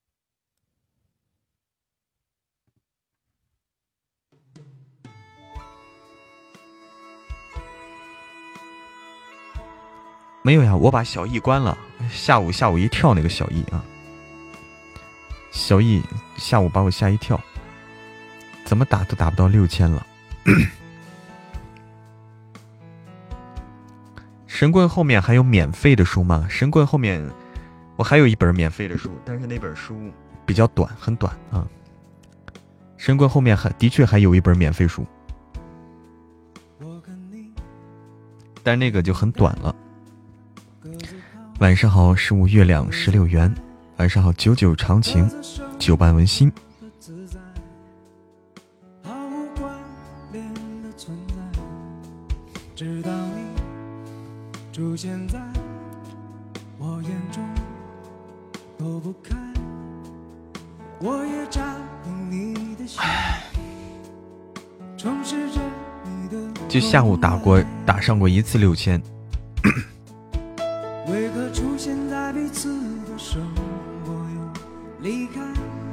Speaker 2: 没有呀，我把小艺关了。下午一跳那个小艺啊，小艺下午把我吓一跳，怎么打都打不到6000了。神棍后面还有免费的书吗？神棍后面我还有一本免费的书，但是那本书比较短，很短啊。 神棍后面的确还有一本免费书，但那个就很短了。晚上好，15月亮16元。晚上好，久久长情，9伴温馨。直到你出现在我眼中，躲不开，我也占领你的心，充实着你的。就下午打上过一次6000。为何出现在彼此的生活又离开？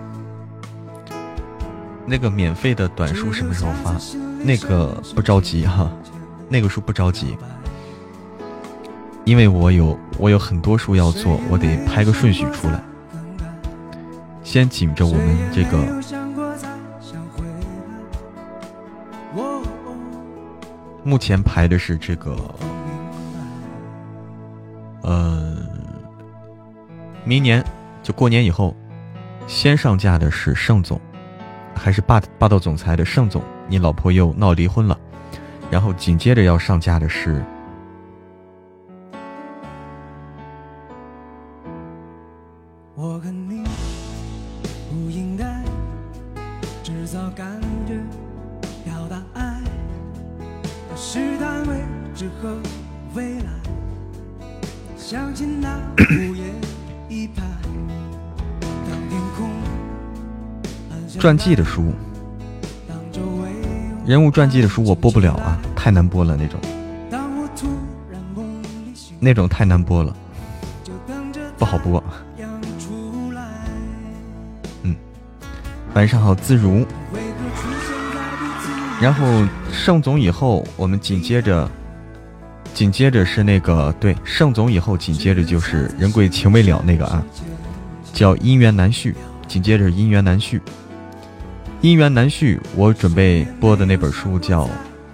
Speaker 2: 那个免费的短书什么时候发？那个不着急哈，那个书不着急，因为我有很多书要做，我得排个顺序出来。先紧着我们这个目前排的是这个明年就过年以后先上架的是盛总，还是霸道总裁的盛总，你老婆又闹离婚了。然后紧接着要上架的是我和你不应该制造感觉表达爱，试探未知和未来，相信那午夜一拍，当天空传记的书，人物传记的书我播不了啊，太难播了，那种太难播了，不好播。晚上好，自如。然后盛总以后，我们紧接着是那个，对，盛总以后紧接着就是人贵情未了那个啊，叫姻缘难续，紧接着姻缘难续。姻缘难续，我准备播的那本书叫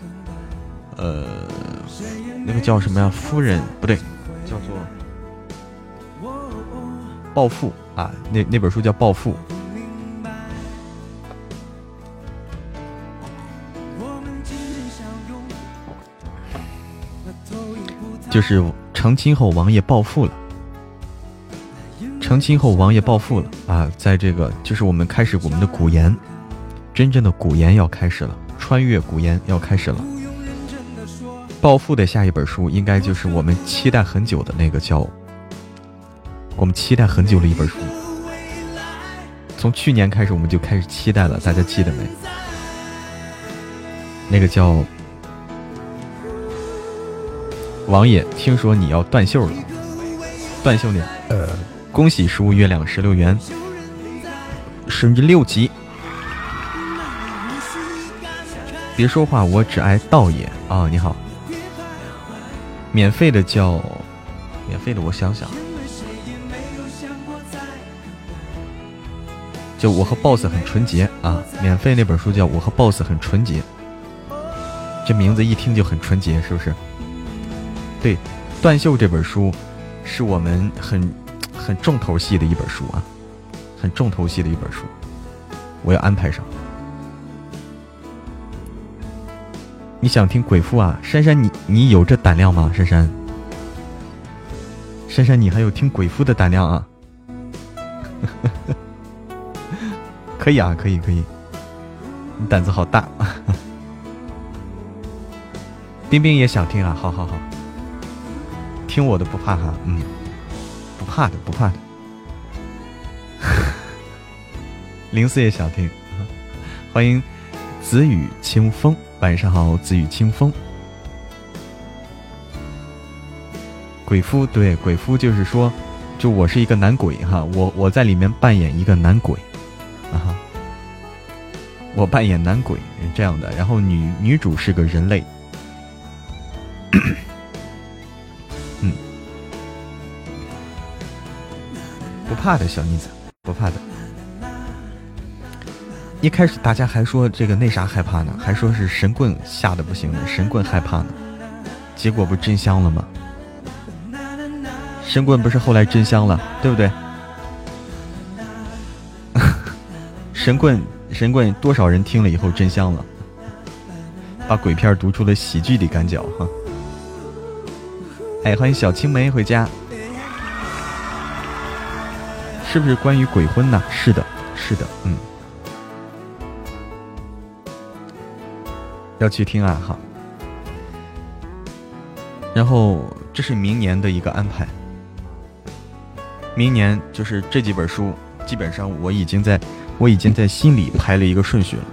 Speaker 2: 那个叫什么呀？夫人不对，叫做暴富啊，那本书叫暴富。就是成亲后王爷暴富了，成亲后王爷暴富了啊！在这个就是我们开始我们的古言，真正的古言要开始了，穿越古言要开始了。暴富的下一本书应该就是我们期待很久的那个叫，我们期待很久的一本书，从去年开始我们就开始期待了，大家记得没？那个叫王爷，听说你要断袖了，断袖年，恭喜15月亮16元，升至6级。别说话，我只爱道爷啊！你好，免费的叫，免费的我想想，就我和 boss 很纯洁啊！免费那本书叫我和 boss 很纯洁，这名字一听就很纯洁，是不是？对，断袖这本书是我们很重头戏的一本书啊，很重头戏的一本书，我要安排上。你想听鬼父啊，珊珊，你有这胆量吗？珊珊，珊珊，你还有听鬼父的胆量啊？可以啊，可以，你胆子好大。冰冰也想听啊，好，听我的不怕哈，不怕的。04也想听，欢迎子雨清风，晚上好，子雨清风。鬼夫，对，鬼夫就是说，就我是一个男鬼哈，我在里面扮演一个男鬼啊，我扮演男鬼这样的，然后女主是个人类。不怕的小妮子，不怕的。一开始大家还说这个那啥害怕呢，还说是神棍吓得不行呢，神棍害怕呢，结果不真香了吗？神棍不是后来真香了，对不对？神棍神棍多少人听了以后真香了，把鬼片读出了喜剧的感觉哈。哎，欢迎小青梅回家。是不是关于鬼婚呢？是的，是的，要去听啊哈。然后这是明年的一个安排，明年就是这几本书，基本上我已经在心里排了一个顺序了，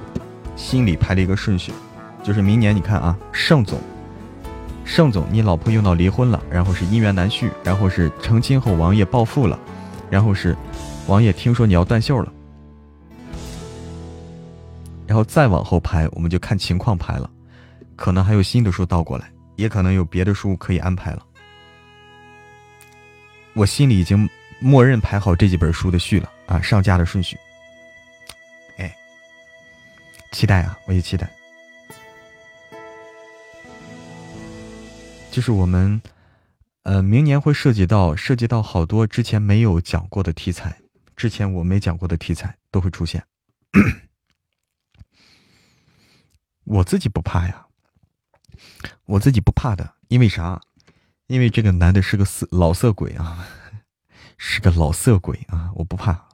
Speaker 2: 就是明年你看啊，盛总，你老婆用到离婚了，然后是姻缘难续，然后是成亲后王爷暴富了，然后是王爷听说你要断袖了，然后再往后排，我们就看情况排了，可能还有新的书倒过来，也可能有别的书可以安排了。我心里已经默认排好这几本书的序了啊，上架的顺序。哎，期待啊，我也期待。就是我们明年会涉及到好多之前没有讲过的题材，之前我没讲过的题材都会出现。我自己不怕呀，我自己不怕的，因为啥？因为这个男的是个老色鬼啊，是个老色鬼啊，我不怕。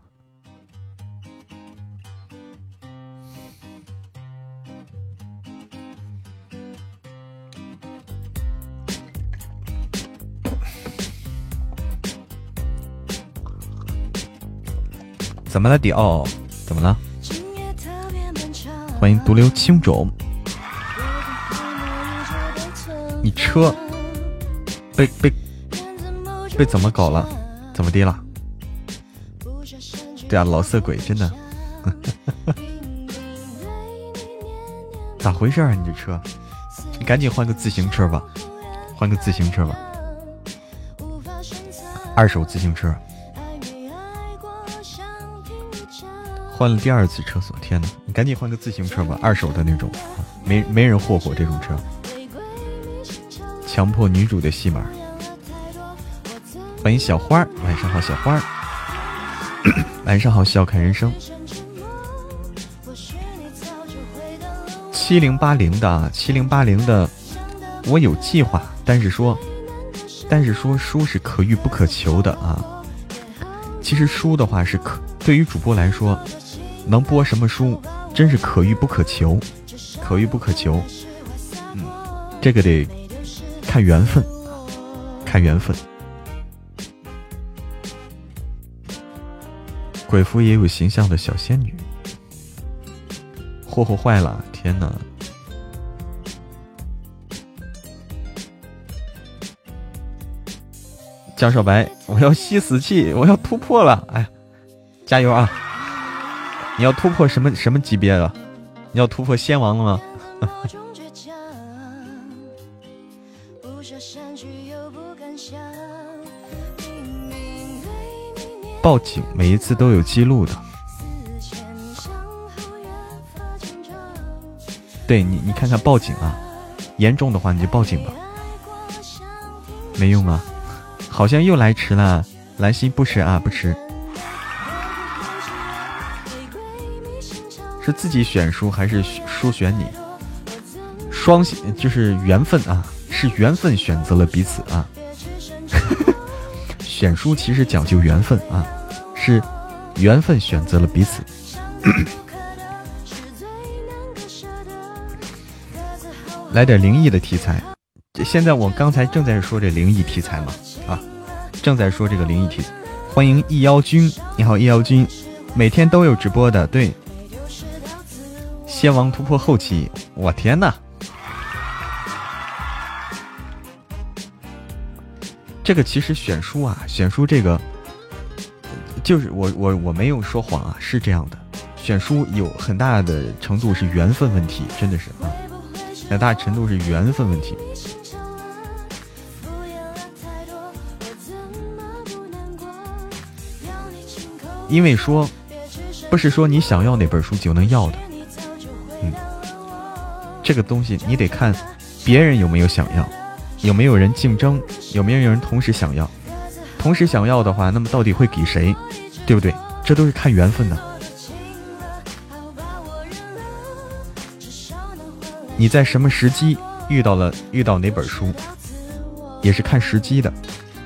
Speaker 2: 怎么了迪奥？怎么了？欢迎独留青冢。你车被怎么搞了？怎么的了？对啊，老色鬼真的。咋回事啊？你这车，你赶紧换个自行车吧，二手自行车。换了第二次车锁，天哪！你赶紧换个自行车吧，二手的那种，没人霍霍这种车。强迫女主的戏码。欢迎小花，晚上好，小花。晚上好，笑看人生。7080的，我有计划，但是说书是可遇不可求的啊。其实书的话是对于主播来说，能播什么书真是可遇不可求，这个得看缘分。鬼夫也有形象的小仙女，霍霍坏了，天哪！江少白，我要吸死气，我要突破了！哎呀，加油啊！你要突破什么级别了？你要突破仙王了吗？报警，每一次都有记录的。对你看看报警啊，严重的话你就报警吧。没用啊，好像又来迟了。兰心不迟啊，不迟。是自己选书还是书选你？双就是缘分啊，是缘分选择了彼此啊。选书其实讲究缘分啊，是缘分选择了彼此。来点灵异的题材，现在我刚才正在说这灵异题材嘛，啊，正在说这个灵异题材。欢迎易妖君，你好易妖君，每天都有直播的，对。仙王突破后期，我天哪！这个其实选书啊，选书这个就是我没有说谎啊，是这样的。选书有很大的程度是缘分问题，真的是啊，很大程度是缘分问题。因为说不是说你想要哪本书就能要的，这个东西你得看别人有没有想要，有没有人竞争，有没有人同时想要。同时想要的话，那么到底会给谁，对不对？这都是看缘分的。 你在什么时机遇到哪本书，也是看时机的。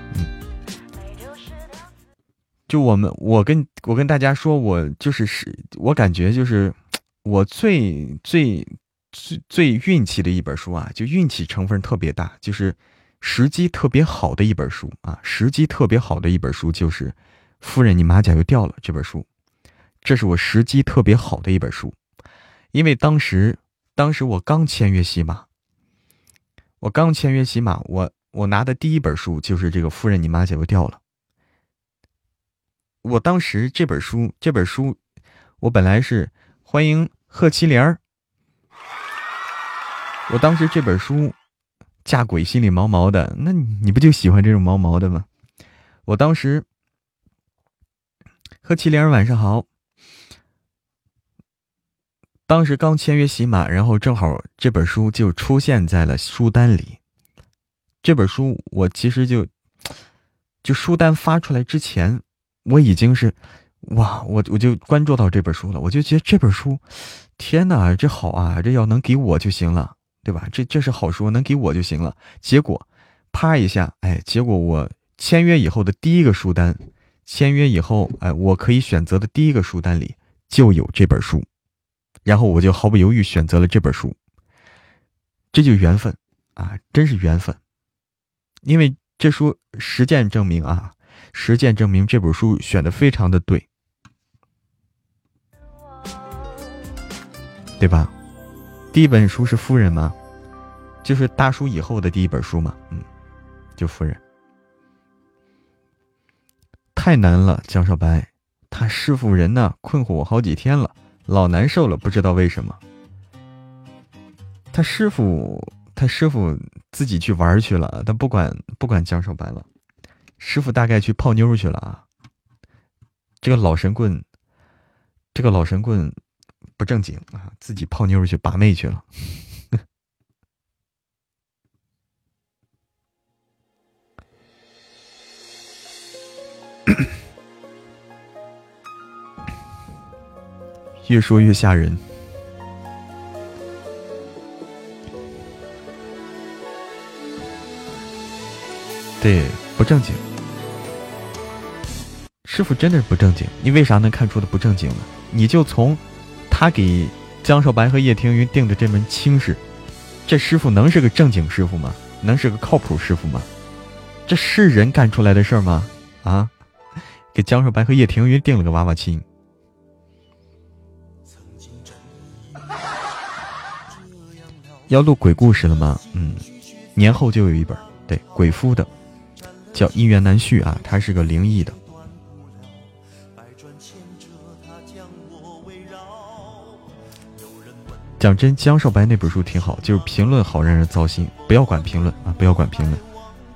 Speaker 2: 就我跟大家说，我感觉就是我最运气的一本书啊，就运气成分特别大，就是时机特别好的一本书啊，时机特别好的一本书就是《夫人你马甲又掉了》这本书，这是我时机特别好的一本书，因为当时我刚签约喜马，我拿的第一本书就是这个《夫人你马甲又掉了》。我当时这本书，我本来是欢迎贺麒麟儿。我当时这本书，嫁鬼心里毛毛的，那你不就喜欢这种毛毛的吗？我当时，贺麒麟儿晚上好。当时刚签约喜马，然后正好这本书就出现在了书单里。这本书我其实就书单发出来之前。我已经是，哇，我就关注到这本书了，我就觉得这本书，天哪，这好啊，这要能给我就行了，对吧？这是好书，能给我就行了。结果，啪一下，结果我签约以后的第一个书单，我可以选择的第一个书单里就有这本书，然后我就毫不犹豫选择了这本书，这就缘分啊，真是缘分，因为这书实践证明这本书选的非常的对，对吧？第一本书是夫人嘛，就是大叔以后的第一本书嘛，就夫人。太难了，江少白，他师傅人呢，困惑我好几天了，老难受了，不知道为什么。他师傅自己去玩去了，他不管江少白了。师傅大概去泡妞去了啊！这个老神棍不正经啊，自己泡妞去把妹去了。越说越吓人。对，不正经。师傅真的是不正经，你为啥能看出的不正经呢？你就从他给江少白和叶庭云定的这门亲事，这师傅能是个正经师傅吗？能是个靠谱师傅吗？这是人干出来的事吗？啊，给江少白和叶庭云定了个娃娃亲。要录鬼故事了吗？年后就有一本，对，鬼夫的，叫《姻缘难续》啊，它是个灵异的。讲真，江少白那本书挺好，就是评论好让人糟心，不要管评论啊，不要管评论。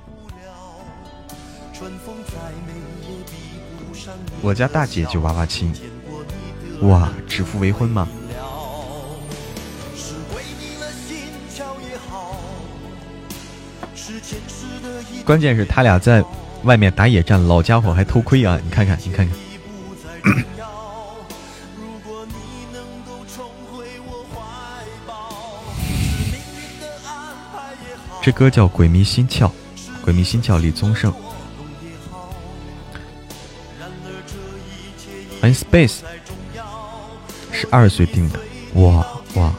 Speaker 2: 我家大姐就娃娃亲，哇，指腹为婚吗？关键是他俩在外面打野战，老家伙还偷窥啊！你看看，你看看。这歌叫《鬼迷心窍》，《鬼迷心窍》李宗盛。Space 是2岁定的，哇哇，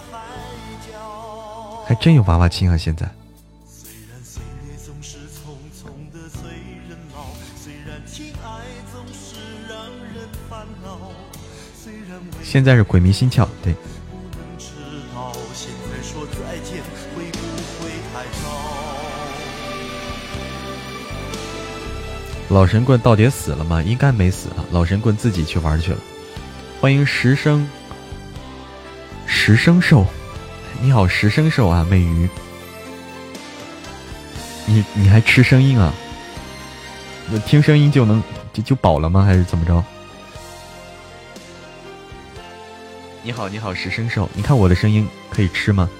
Speaker 2: 还真有娃娃亲啊！现在。现在是鬼迷心窍，对。老神棍到底死了吗？应该没死啊，老神棍自己去玩去了。欢迎十生兽，你好，十生兽啊，美鱼，你还吃声音啊？听声音就饱了吗？还是怎么着？你好，你好，十生兽，你看我的声音可以吃吗？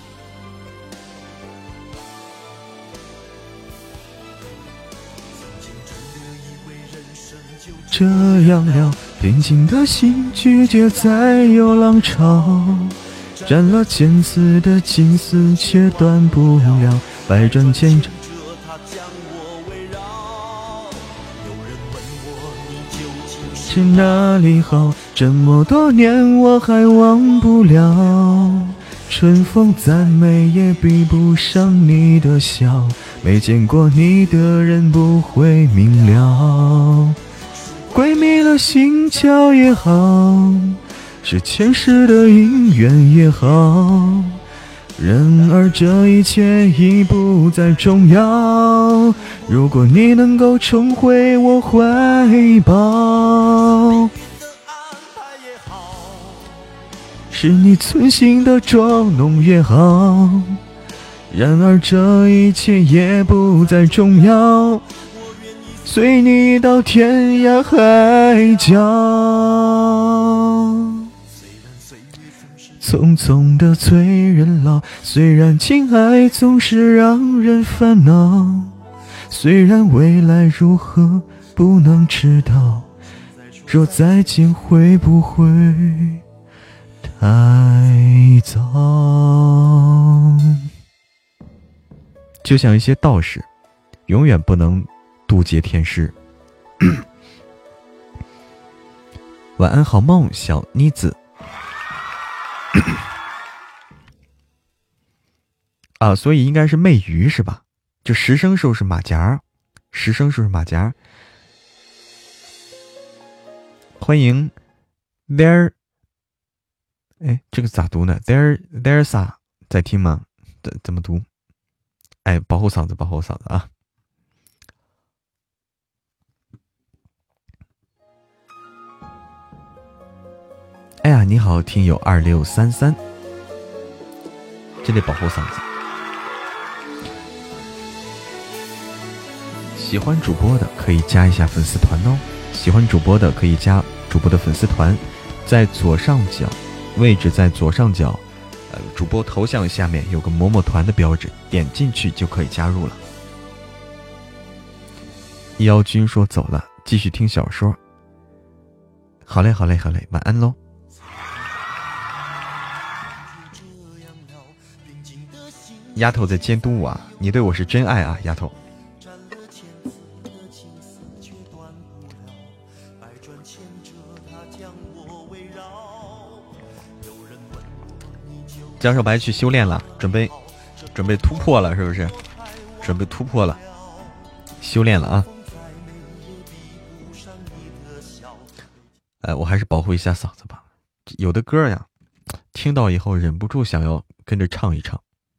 Speaker 2: 这样了，平静的心拒绝再有浪潮， 斩了千次的情丝却断不了，百转千折。去哪里好？这么多年我还忘不了。春风再美也比不上你的笑，没见过你的人不会明了。鬼迷了心窍也好，是前世的姻缘也好，然而这一切已不再重要。如果你能够重回我怀抱，是你存心的捉弄也好，然而这一切也不再重要。随你到天涯海角，匆匆的催人老，虽然情爱总是让人烦恼，虽然未来如何不能知道，说再见会不会太早？就像一些道士，永远不能渡劫天师。晚安好梦小妮子。啊，所以应该是媚鱼是吧？就十生兽是马甲，十生兽是马甲。欢迎 there， 哎，这个咋读呢 ？there's a 在听吗？怎么读？哎，保护嗓子，保护嗓子啊！哎呀，你好，听友2633，这得保护嗓子。喜欢主播的可以加一下粉丝团哦，喜欢主播的可以加主播的粉丝团，在左上角位置，在左上角，主播头像下面有个某某团的标志，点进去就可以加入了。妖君说走了，继续听小说。好嘞，好嘞，好嘞，晚安喽。丫头在监督我啊，你对我是真爱啊，丫头。江少白去修炼了，准备突破了，是不是？准备突破了，修炼了啊！我还是保护一下嗓子吧。有的歌呀，听到以后忍不住想要跟着唱一唱。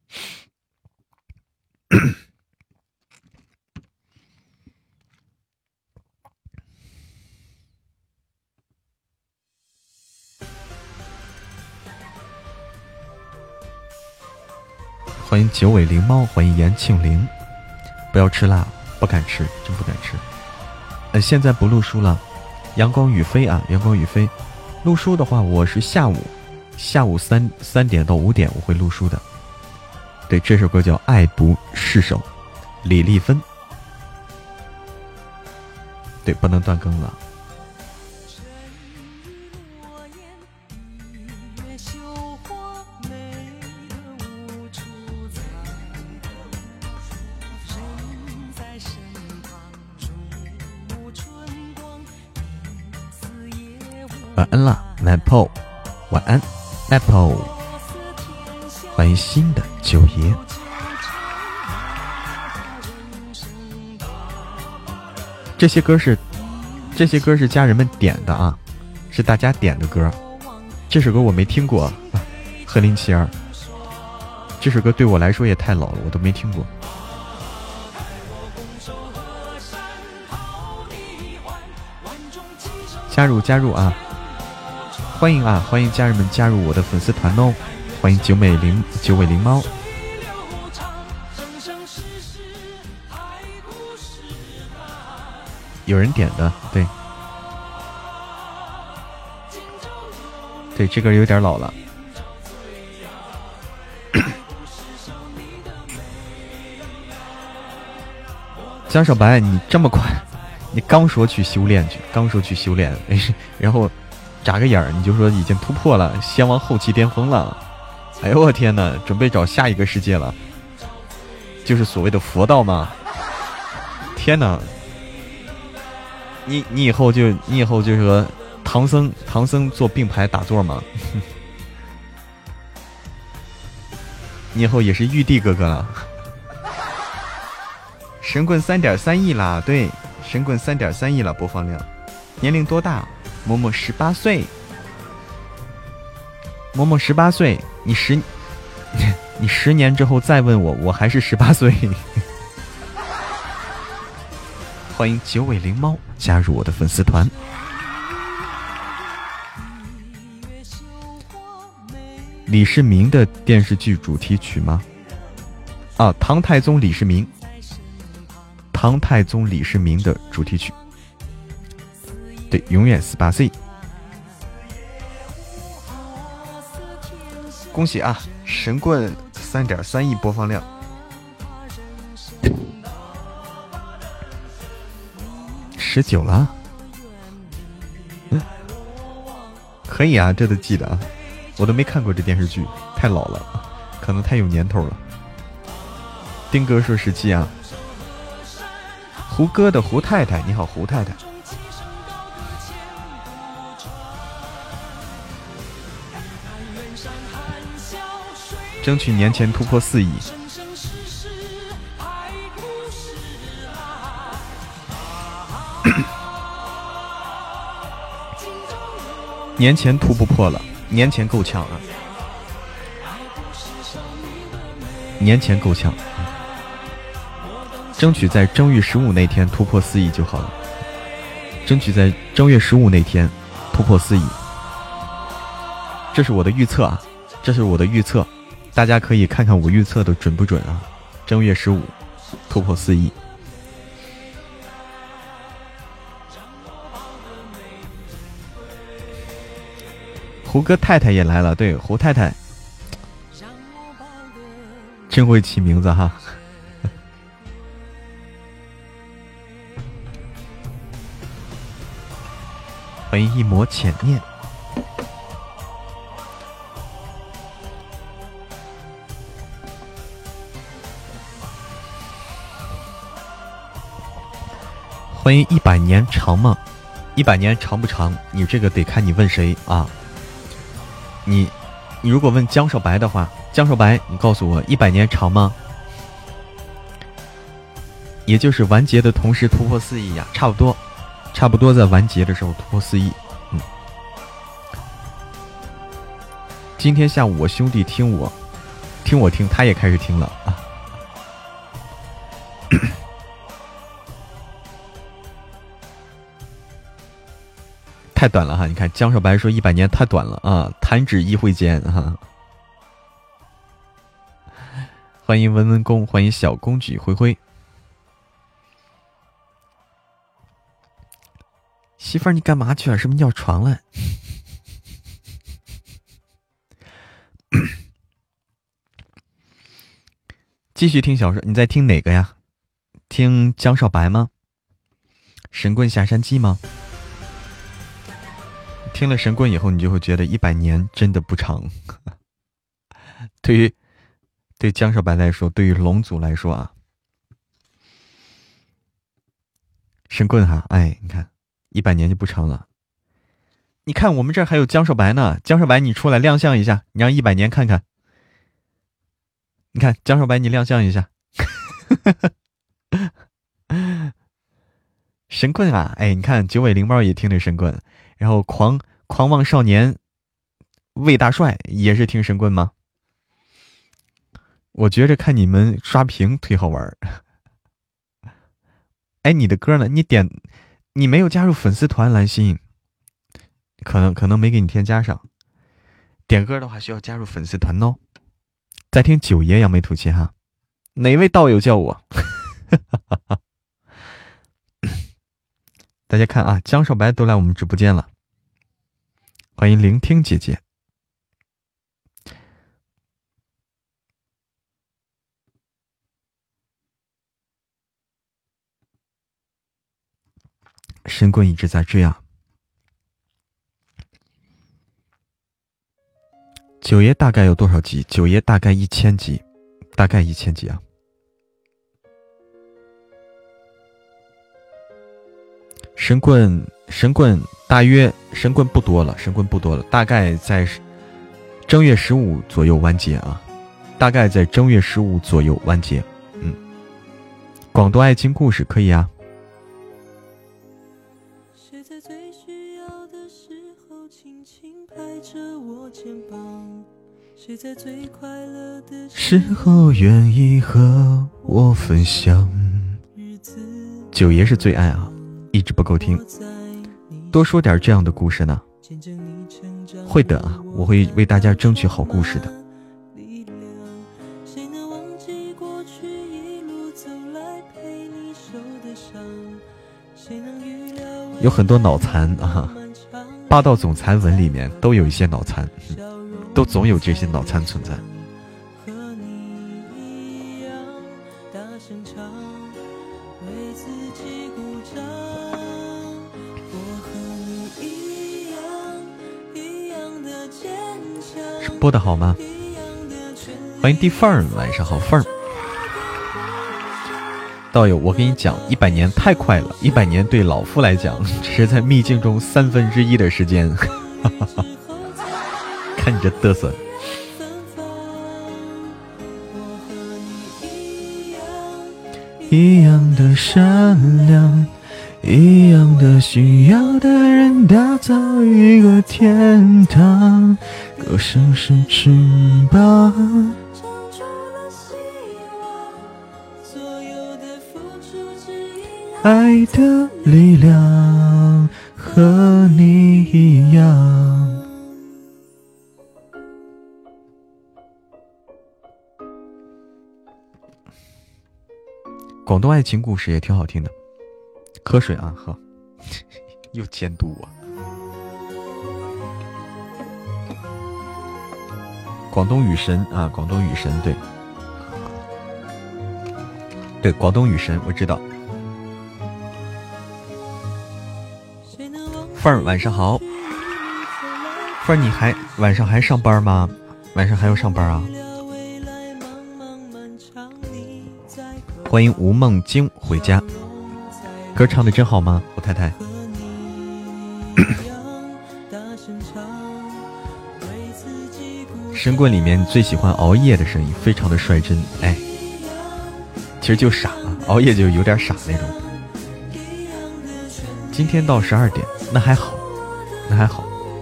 Speaker 2: 欢迎九尾灵猫，欢迎严庆玲。不要吃辣，不敢吃，真不敢吃。现在不录书了。阳光雨飞啊，阳光雨飞。录书的话，我是下午3点到5点我会录书的。对，这首歌叫《爱不释手》，李丽芬。对，不能断更了。晚安了 Apple， 晚安 Apple， 欢迎新的九爷。这些歌是家人们点的啊，是大家点的歌。这首歌我没听过，贺林七儿。这首歌对我来说也太老了，我都没听过。加入啊！欢迎啊！欢迎家人们加入我的粉丝团哦！欢迎九尾灵猫。有人点的，对，对，这个有点老了。江小白，你这么快？你刚说去修炼，然后眨个眼儿你就说已经突破了，先王后期巅峰了。 哎呦我天哪，准备找下一个世界了，就是所谓的佛道吗？天哪，你以后就是和唐僧做并排打坐吗？你以后也是玉帝哥哥了。神棍3.3亿啦，对，神棍3.3亿了播放量。年龄多大？嬷嬷18岁。嬷嬷18岁，你10年之后再问我，我还是18岁。欢迎九尾灵猫加入我的粉丝团。李世民的电视剧主题曲吗？啊，唐太宗李世民的主题曲。对，永远18岁。恭喜啊，神棍3.3亿播放量。19了，可以啊，这都记得啊，我都没看过这电视剧，太老了，可能太有年头了。丁哥说17啊，胡歌的胡太太，你好，胡太太。争取年前突破4亿。年前突不破了，年前够呛啊，年前够呛，争取在正月15那天突破4亿就好了，争取在正月15那天突破4亿，这是我的预测啊，这是我的预测，大家可以看看我预测的准不准啊，正月15突破4亿。胡歌太太也来了，对，胡太太真会起名字哈。欢迎一抹浅念。欢迎100年长吗？100年长不长？你这个得看你问谁啊。你如果问江少白的话，江少白，你告诉我100年长吗？也就是完结的同时突破4亿呀，差不多在完结的时候突破4亿。今天下午我兄弟听，他也开始听了啊。太短了哈，你看江少白说100年太短了啊，弹指一挥间哈。欢迎文文公，欢迎小公举灰灰。媳妇儿你干嘛去啊？是不是尿床了？继续听小说，你在听哪个呀？听江少白吗？神棍下山记吗？听了神棍以后，你就会觉得100年真的不长。对江少白来说，对于龙族来说啊，神棍哈，哎，你看100年就不长了。你看我们这儿还有江少白呢，江少白你出来亮相一下，你让100年看看。你看江少白你亮相一下。神棍啊，哎，你看九尾灵猫也听着神棍，然后狂妄少年魏大帅也是听神棍吗？我觉着看你们刷屏忒好玩。哎，你的歌呢？你没有加入粉丝团，蓝心，可能没给你添加上。点歌的话需要加入粉丝团哦。在听九爷扬眉吐气哈，哪位道友叫我？大家看啊，江少白都来我们直播间了，欢迎聆听姐姐。神棍一直在追啊。 九爷大概有多少集？九爷大概1000集，大概1000集啊。神棍大约神棍不多了，大概在正月15左右完结啊，大概在正月15左右完结。广东爱情故事可以啊。
Speaker 6: 谁在最需要的时候轻轻拍着我肩膀，谁在最快乐的
Speaker 2: 时候愿意和我分享。九爷是最爱啊，一直不够听，多说点这样的故事呢。会的啊，我会为大家争取好故事的。有很多脑残啊，霸道总裁文里面都有一些脑残，都总有这些脑残存在。播的好吗？欢迎地缝儿，晚上好，缝儿。道友，我跟你讲，100年太快了，100年对老夫来讲，只是在秘境中1/3的时间。看你这嘚瑟。一样的善良，一样的需要的人，打造一个天堂，歌声是翅膀。爱的力量和你一样。广东爱情故事也挺好听的。喝水啊，喝。又监督我。广东雨神啊，广东雨神，对，对，广东雨神我知道。凤儿晚上好。凤儿你还晚上还上班吗？晚上还要上班啊？欢迎吴梦晶回家。歌唱的真好吗，我太太？神棍里面最喜欢熬夜的声音，非常的率真。哎，其实就傻啊，熬夜就有点傻那种。今天到12点，那还好，那还好。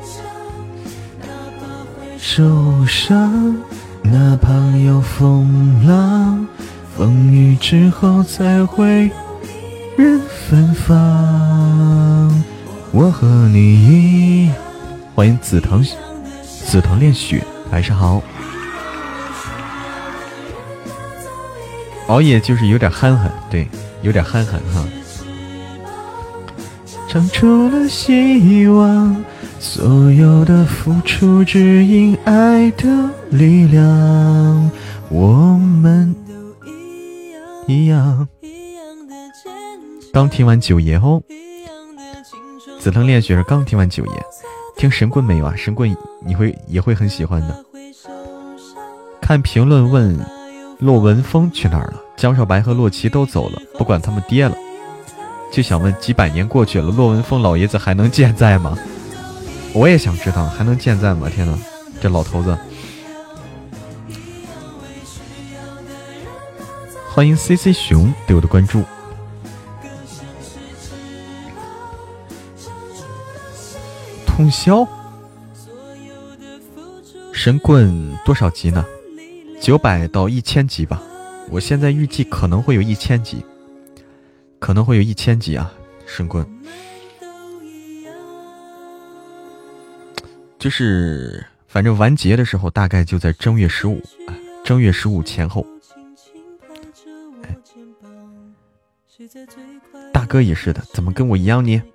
Speaker 2: 受伤，哪怕有风浪，风雨之后才会人芬芳。我和你，欢迎紫藤恋雪，晚上好。熬夜就是有点憨憨，对，有点憨憨哈。长出了希望，所有的付出只因爱的力量，我们一样。刚听完九爷哦，紫藤恋雪是刚听完九爷，听神棍没有啊？神棍你也会很喜欢的。看评论问骆文峰去哪儿了？江少白和洛奇都走了，不管他们爹了。就想问，几百年过去了，骆文峰老爷子还能健在吗？我也想知道，还能健在吗？天哪，这老头子！欢迎 CC 熊对我的关注。通宵神棍多少集呢？900到1000集吧。我现在预计可能会有1000集，可能会有1000集啊！神棍，就是反正完结的时候大概就在正月15，正月15前后。哎，大哥也是的，怎么跟我一样呢？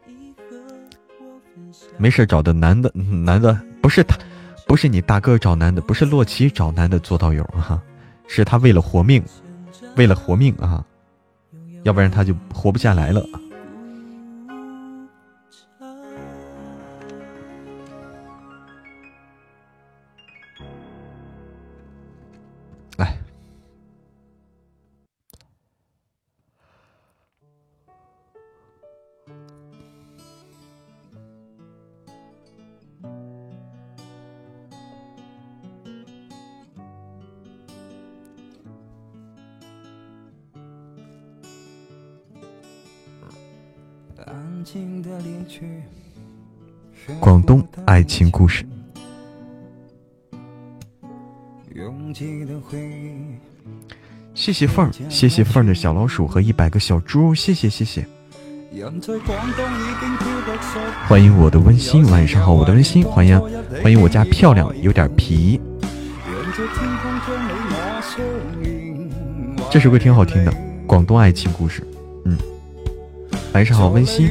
Speaker 2: 没事找的男的不是他，不是你大哥找男的，不是洛奇找男的做道友啊，是他为了活命啊，要不然他就活不下来了。 广东爱情故事。谢谢凤儿，谢谢凤儿的小老鼠和100个小猪，谢谢谢谢。欢迎我的温馨，晚上好，我的温馨，欢迎我家漂亮有点皮。这首歌挺好听的，广东爱情故事。晚上好，温馨。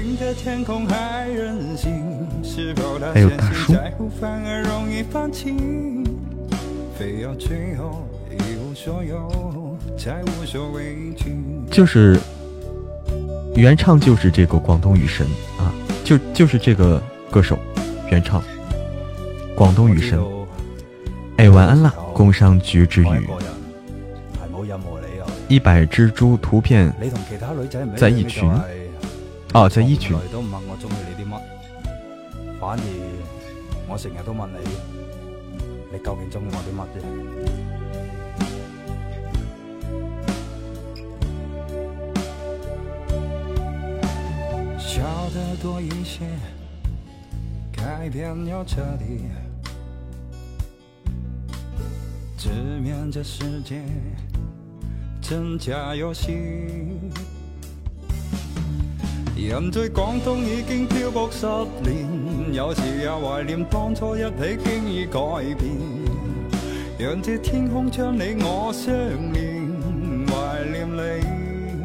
Speaker 2: 还有大叔。就是原唱就是这个广东雨神啊，就是这个歌手原唱广东雨神。哎，晚安啦，工商局之语。100只猪图片在一群，哦，在一群。反而我成日都問你究竟中意我啲乜嘢？笑得多一些，改变要彻底，直面这世界真假遊戲。人在廣東已經漂泊10年，有時也懷念當初一起經已改變，讓這天空將你我相連，懷念你。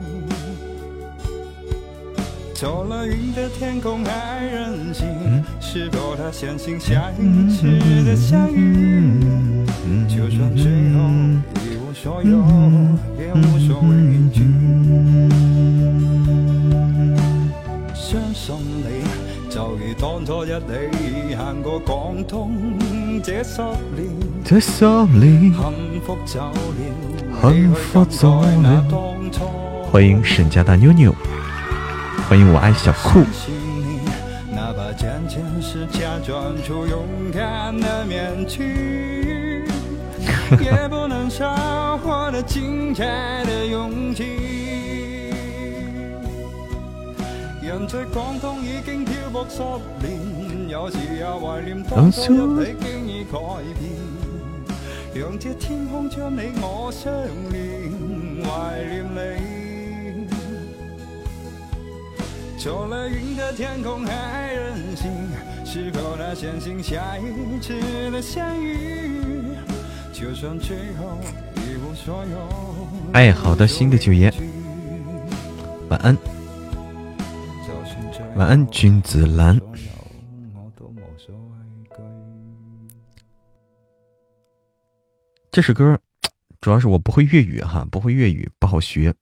Speaker 2: 走了雲的天空還任性，是否他相信下一次的相遇？就算最後一無所有，也無所畏懼。相信你，就如當初一起行過廣東這10年，幸福走了。歡迎沈家大妞妞，歡迎我愛小酷。哪怕漸漸是假裝出勇敢的面具，也不能少我的精彩的勇氣。人在廣東已經漂泊10年，有時也懷念當初一起經已改變，讓這天空將你我相連，懷念你。走了雲的天空還任性，是否他相信下一次的相遇？就算最後一無所有。哎，好的，新的九爺，晚安。晚安，君子兰。这首歌主要是我不会粤语哈，不会粤语不好学。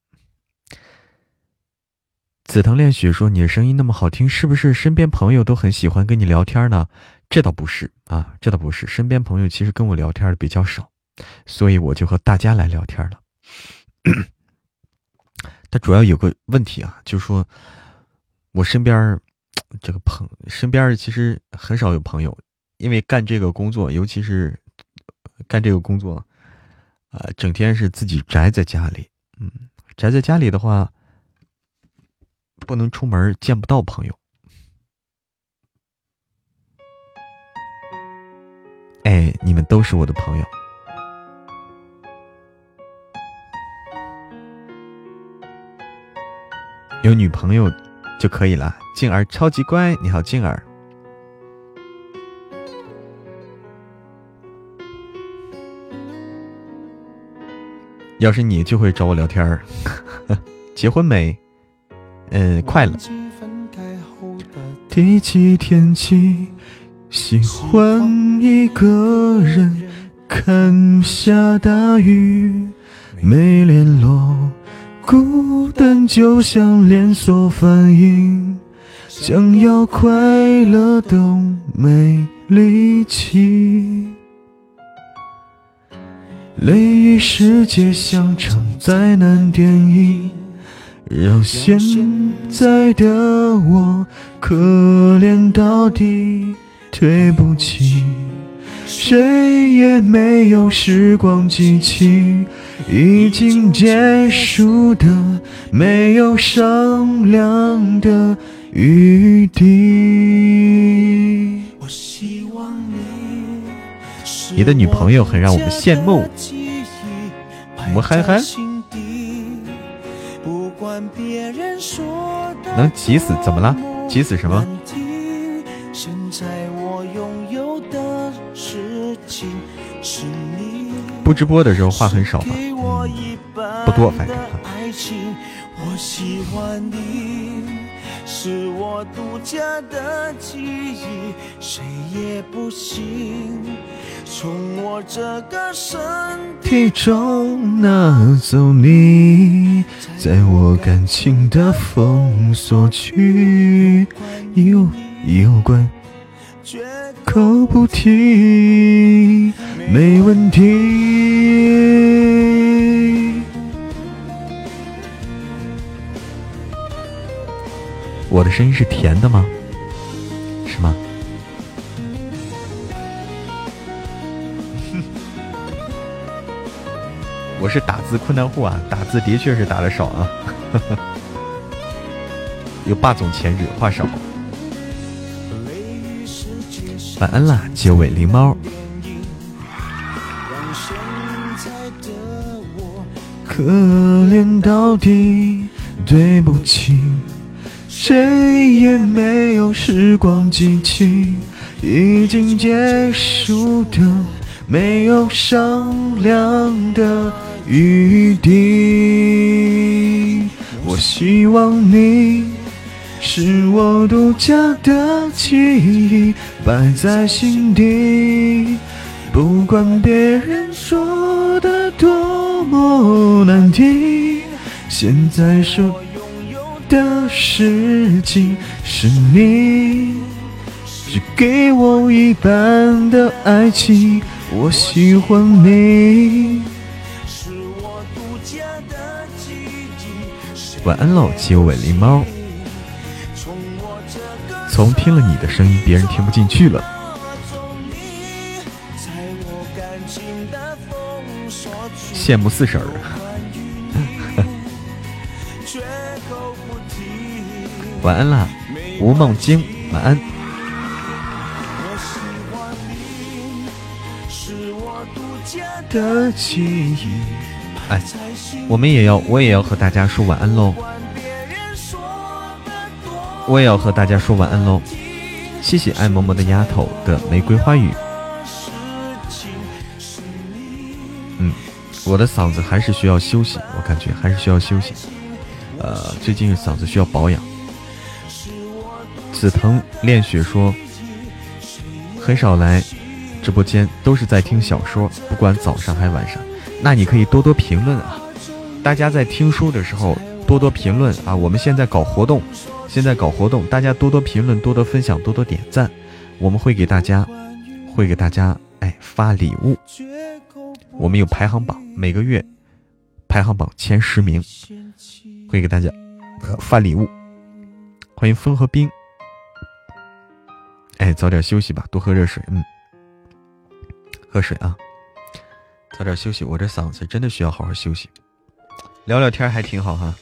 Speaker 2: 紫藤恋雪说：“你的声音那么好听，是不是身边朋友都很喜欢跟你聊天呢？”这倒不是啊，这倒不是。身边朋友其实跟我聊天的比较少，所以我就和大家来聊天了。他主要有个问题啊，就是说我身边其实很少有朋友，因为干这个工作，尤其是干这个工作，整天是自己宅在家里。宅在家里的话，不能出门，见不到朋友。哎，你们都是我的朋友。有女朋友就可以了。静儿超级乖，你好静儿。要是你就会找我聊天儿。结婚没？快了。第几天起喜欢一个人，看下大雨，没联络，孤单就像连锁反应，想要快乐都没力气，雷雨世界像场灾难电影，让现在的我可怜到底。对不起，谁也没有时光机器，已经结束的，没有商量的， 余地。你的女朋友很让我们羡慕，我们憨憨能急死？怎么了？急死什么？不直播的时候话很少吧？不多，反正。我喜欢你，是我独家的记忆，谁也不行从我这个身体中拿走你，在我感情的封锁区，有关口不提，没问题。我的声音是甜的吗？是吗？我是打字困难户啊，打字的确是打得少啊。有霸总前日话少。晚安啦，结尾狸猫。可怜到底，对不起。谁也没有时光机器，已经结束的没有商量的余地。我希望你是我独家的记忆，摆在心底，不管别人说的多么难听，现在说的事情是你只给我一半的爱情，我喜欢你。晚安喽，结尾狸猫。从听了你的声音，别人听不进去了。羡慕四婶儿。晚安啦，吴梦晶，晚安。的记忆，哎，我也要和大家说晚安喽。我也要和大家说晚安喽。谢谢爱嬷嬷的丫头的玫瑰花语。我的嗓子还是需要休息，我感觉还是需要休息。最近嗓子需要保养。紫藤恋雪说，很少来直播间，都是在听小说，不管早上还晚上。那你可以多多评论啊！大家在听书的时候多多评论啊！我们现在搞活动，大家多多评论，多多分享，多多点赞，我们会给大家发礼物。我们有排行榜，每个月排行榜前10名会给大家发礼物。欢迎风和冰。哎，早点休息吧，多喝热水。喝水啊，早点休息。我这嗓子真的需要好好休息。聊聊天还挺好哈。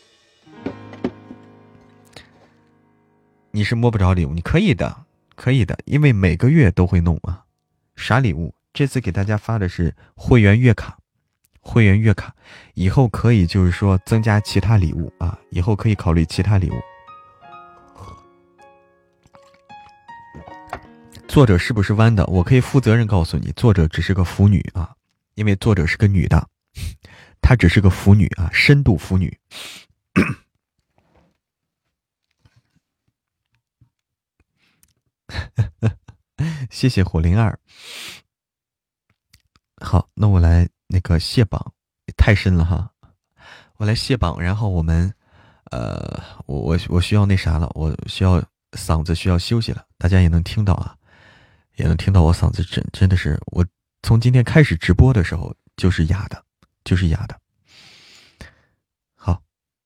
Speaker 2: 你是摸不着礼物，你可以的，因为每个月都会弄啊。啥礼物？这次给大家发的是会员月卡，以后可以就是说增加其他礼物啊，以后可以考虑其他礼物。作者是不是弯的？我可以负责任告诉你，作者只是个腐女啊，因为作者是个女的，她只是个腐女啊，深度腐女。谢谢火灵儿。好，那我来那个卸榜，太深了哈，我来卸榜，然后我们我需要那啥了，我需要嗓子需要休息了，大家也能听到啊，也能听到我嗓子真的是，我从今天开始直播的时候就是哑的。好，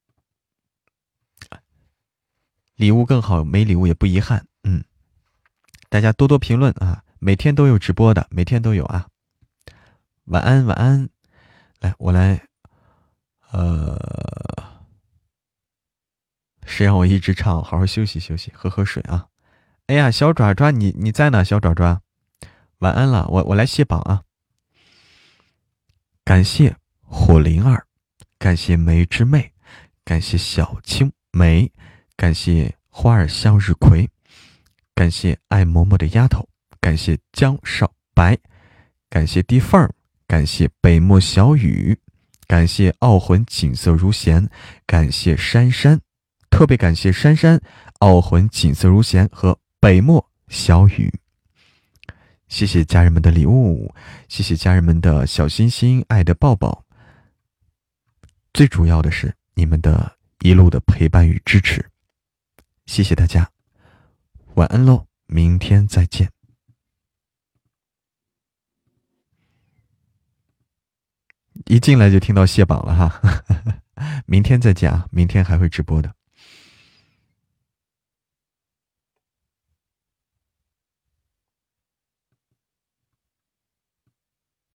Speaker 2: 礼物更好，没礼物也不遗憾。大家多多评论啊，每天都有直播的，每天都有啊。晚安，来，我来谁让我一直唱？好好休息休息，喝喝水啊。哎呀，小爪爪，你在哪？小爪爪，晚安了，我来卸榜啊。感谢火灵儿，感谢梅之妹，感谢小青梅，感谢花儿向日葵，感谢爱嬷嬷的丫头，感谢江少白，感谢地缝儿，感谢北漠小雨，感谢傲魂锦瑟如弦，感谢珊珊，特别感谢珊珊、傲魂锦瑟如弦和北漠小雨。谢谢家人们的礼物，谢谢家人们的小心心、爱的抱抱。最主要的是你们的一路的陪伴与支持，谢谢大家，晚安喽，明天再见。一进来就听到卸榜了哈，明天再见啊，明天还会直播的。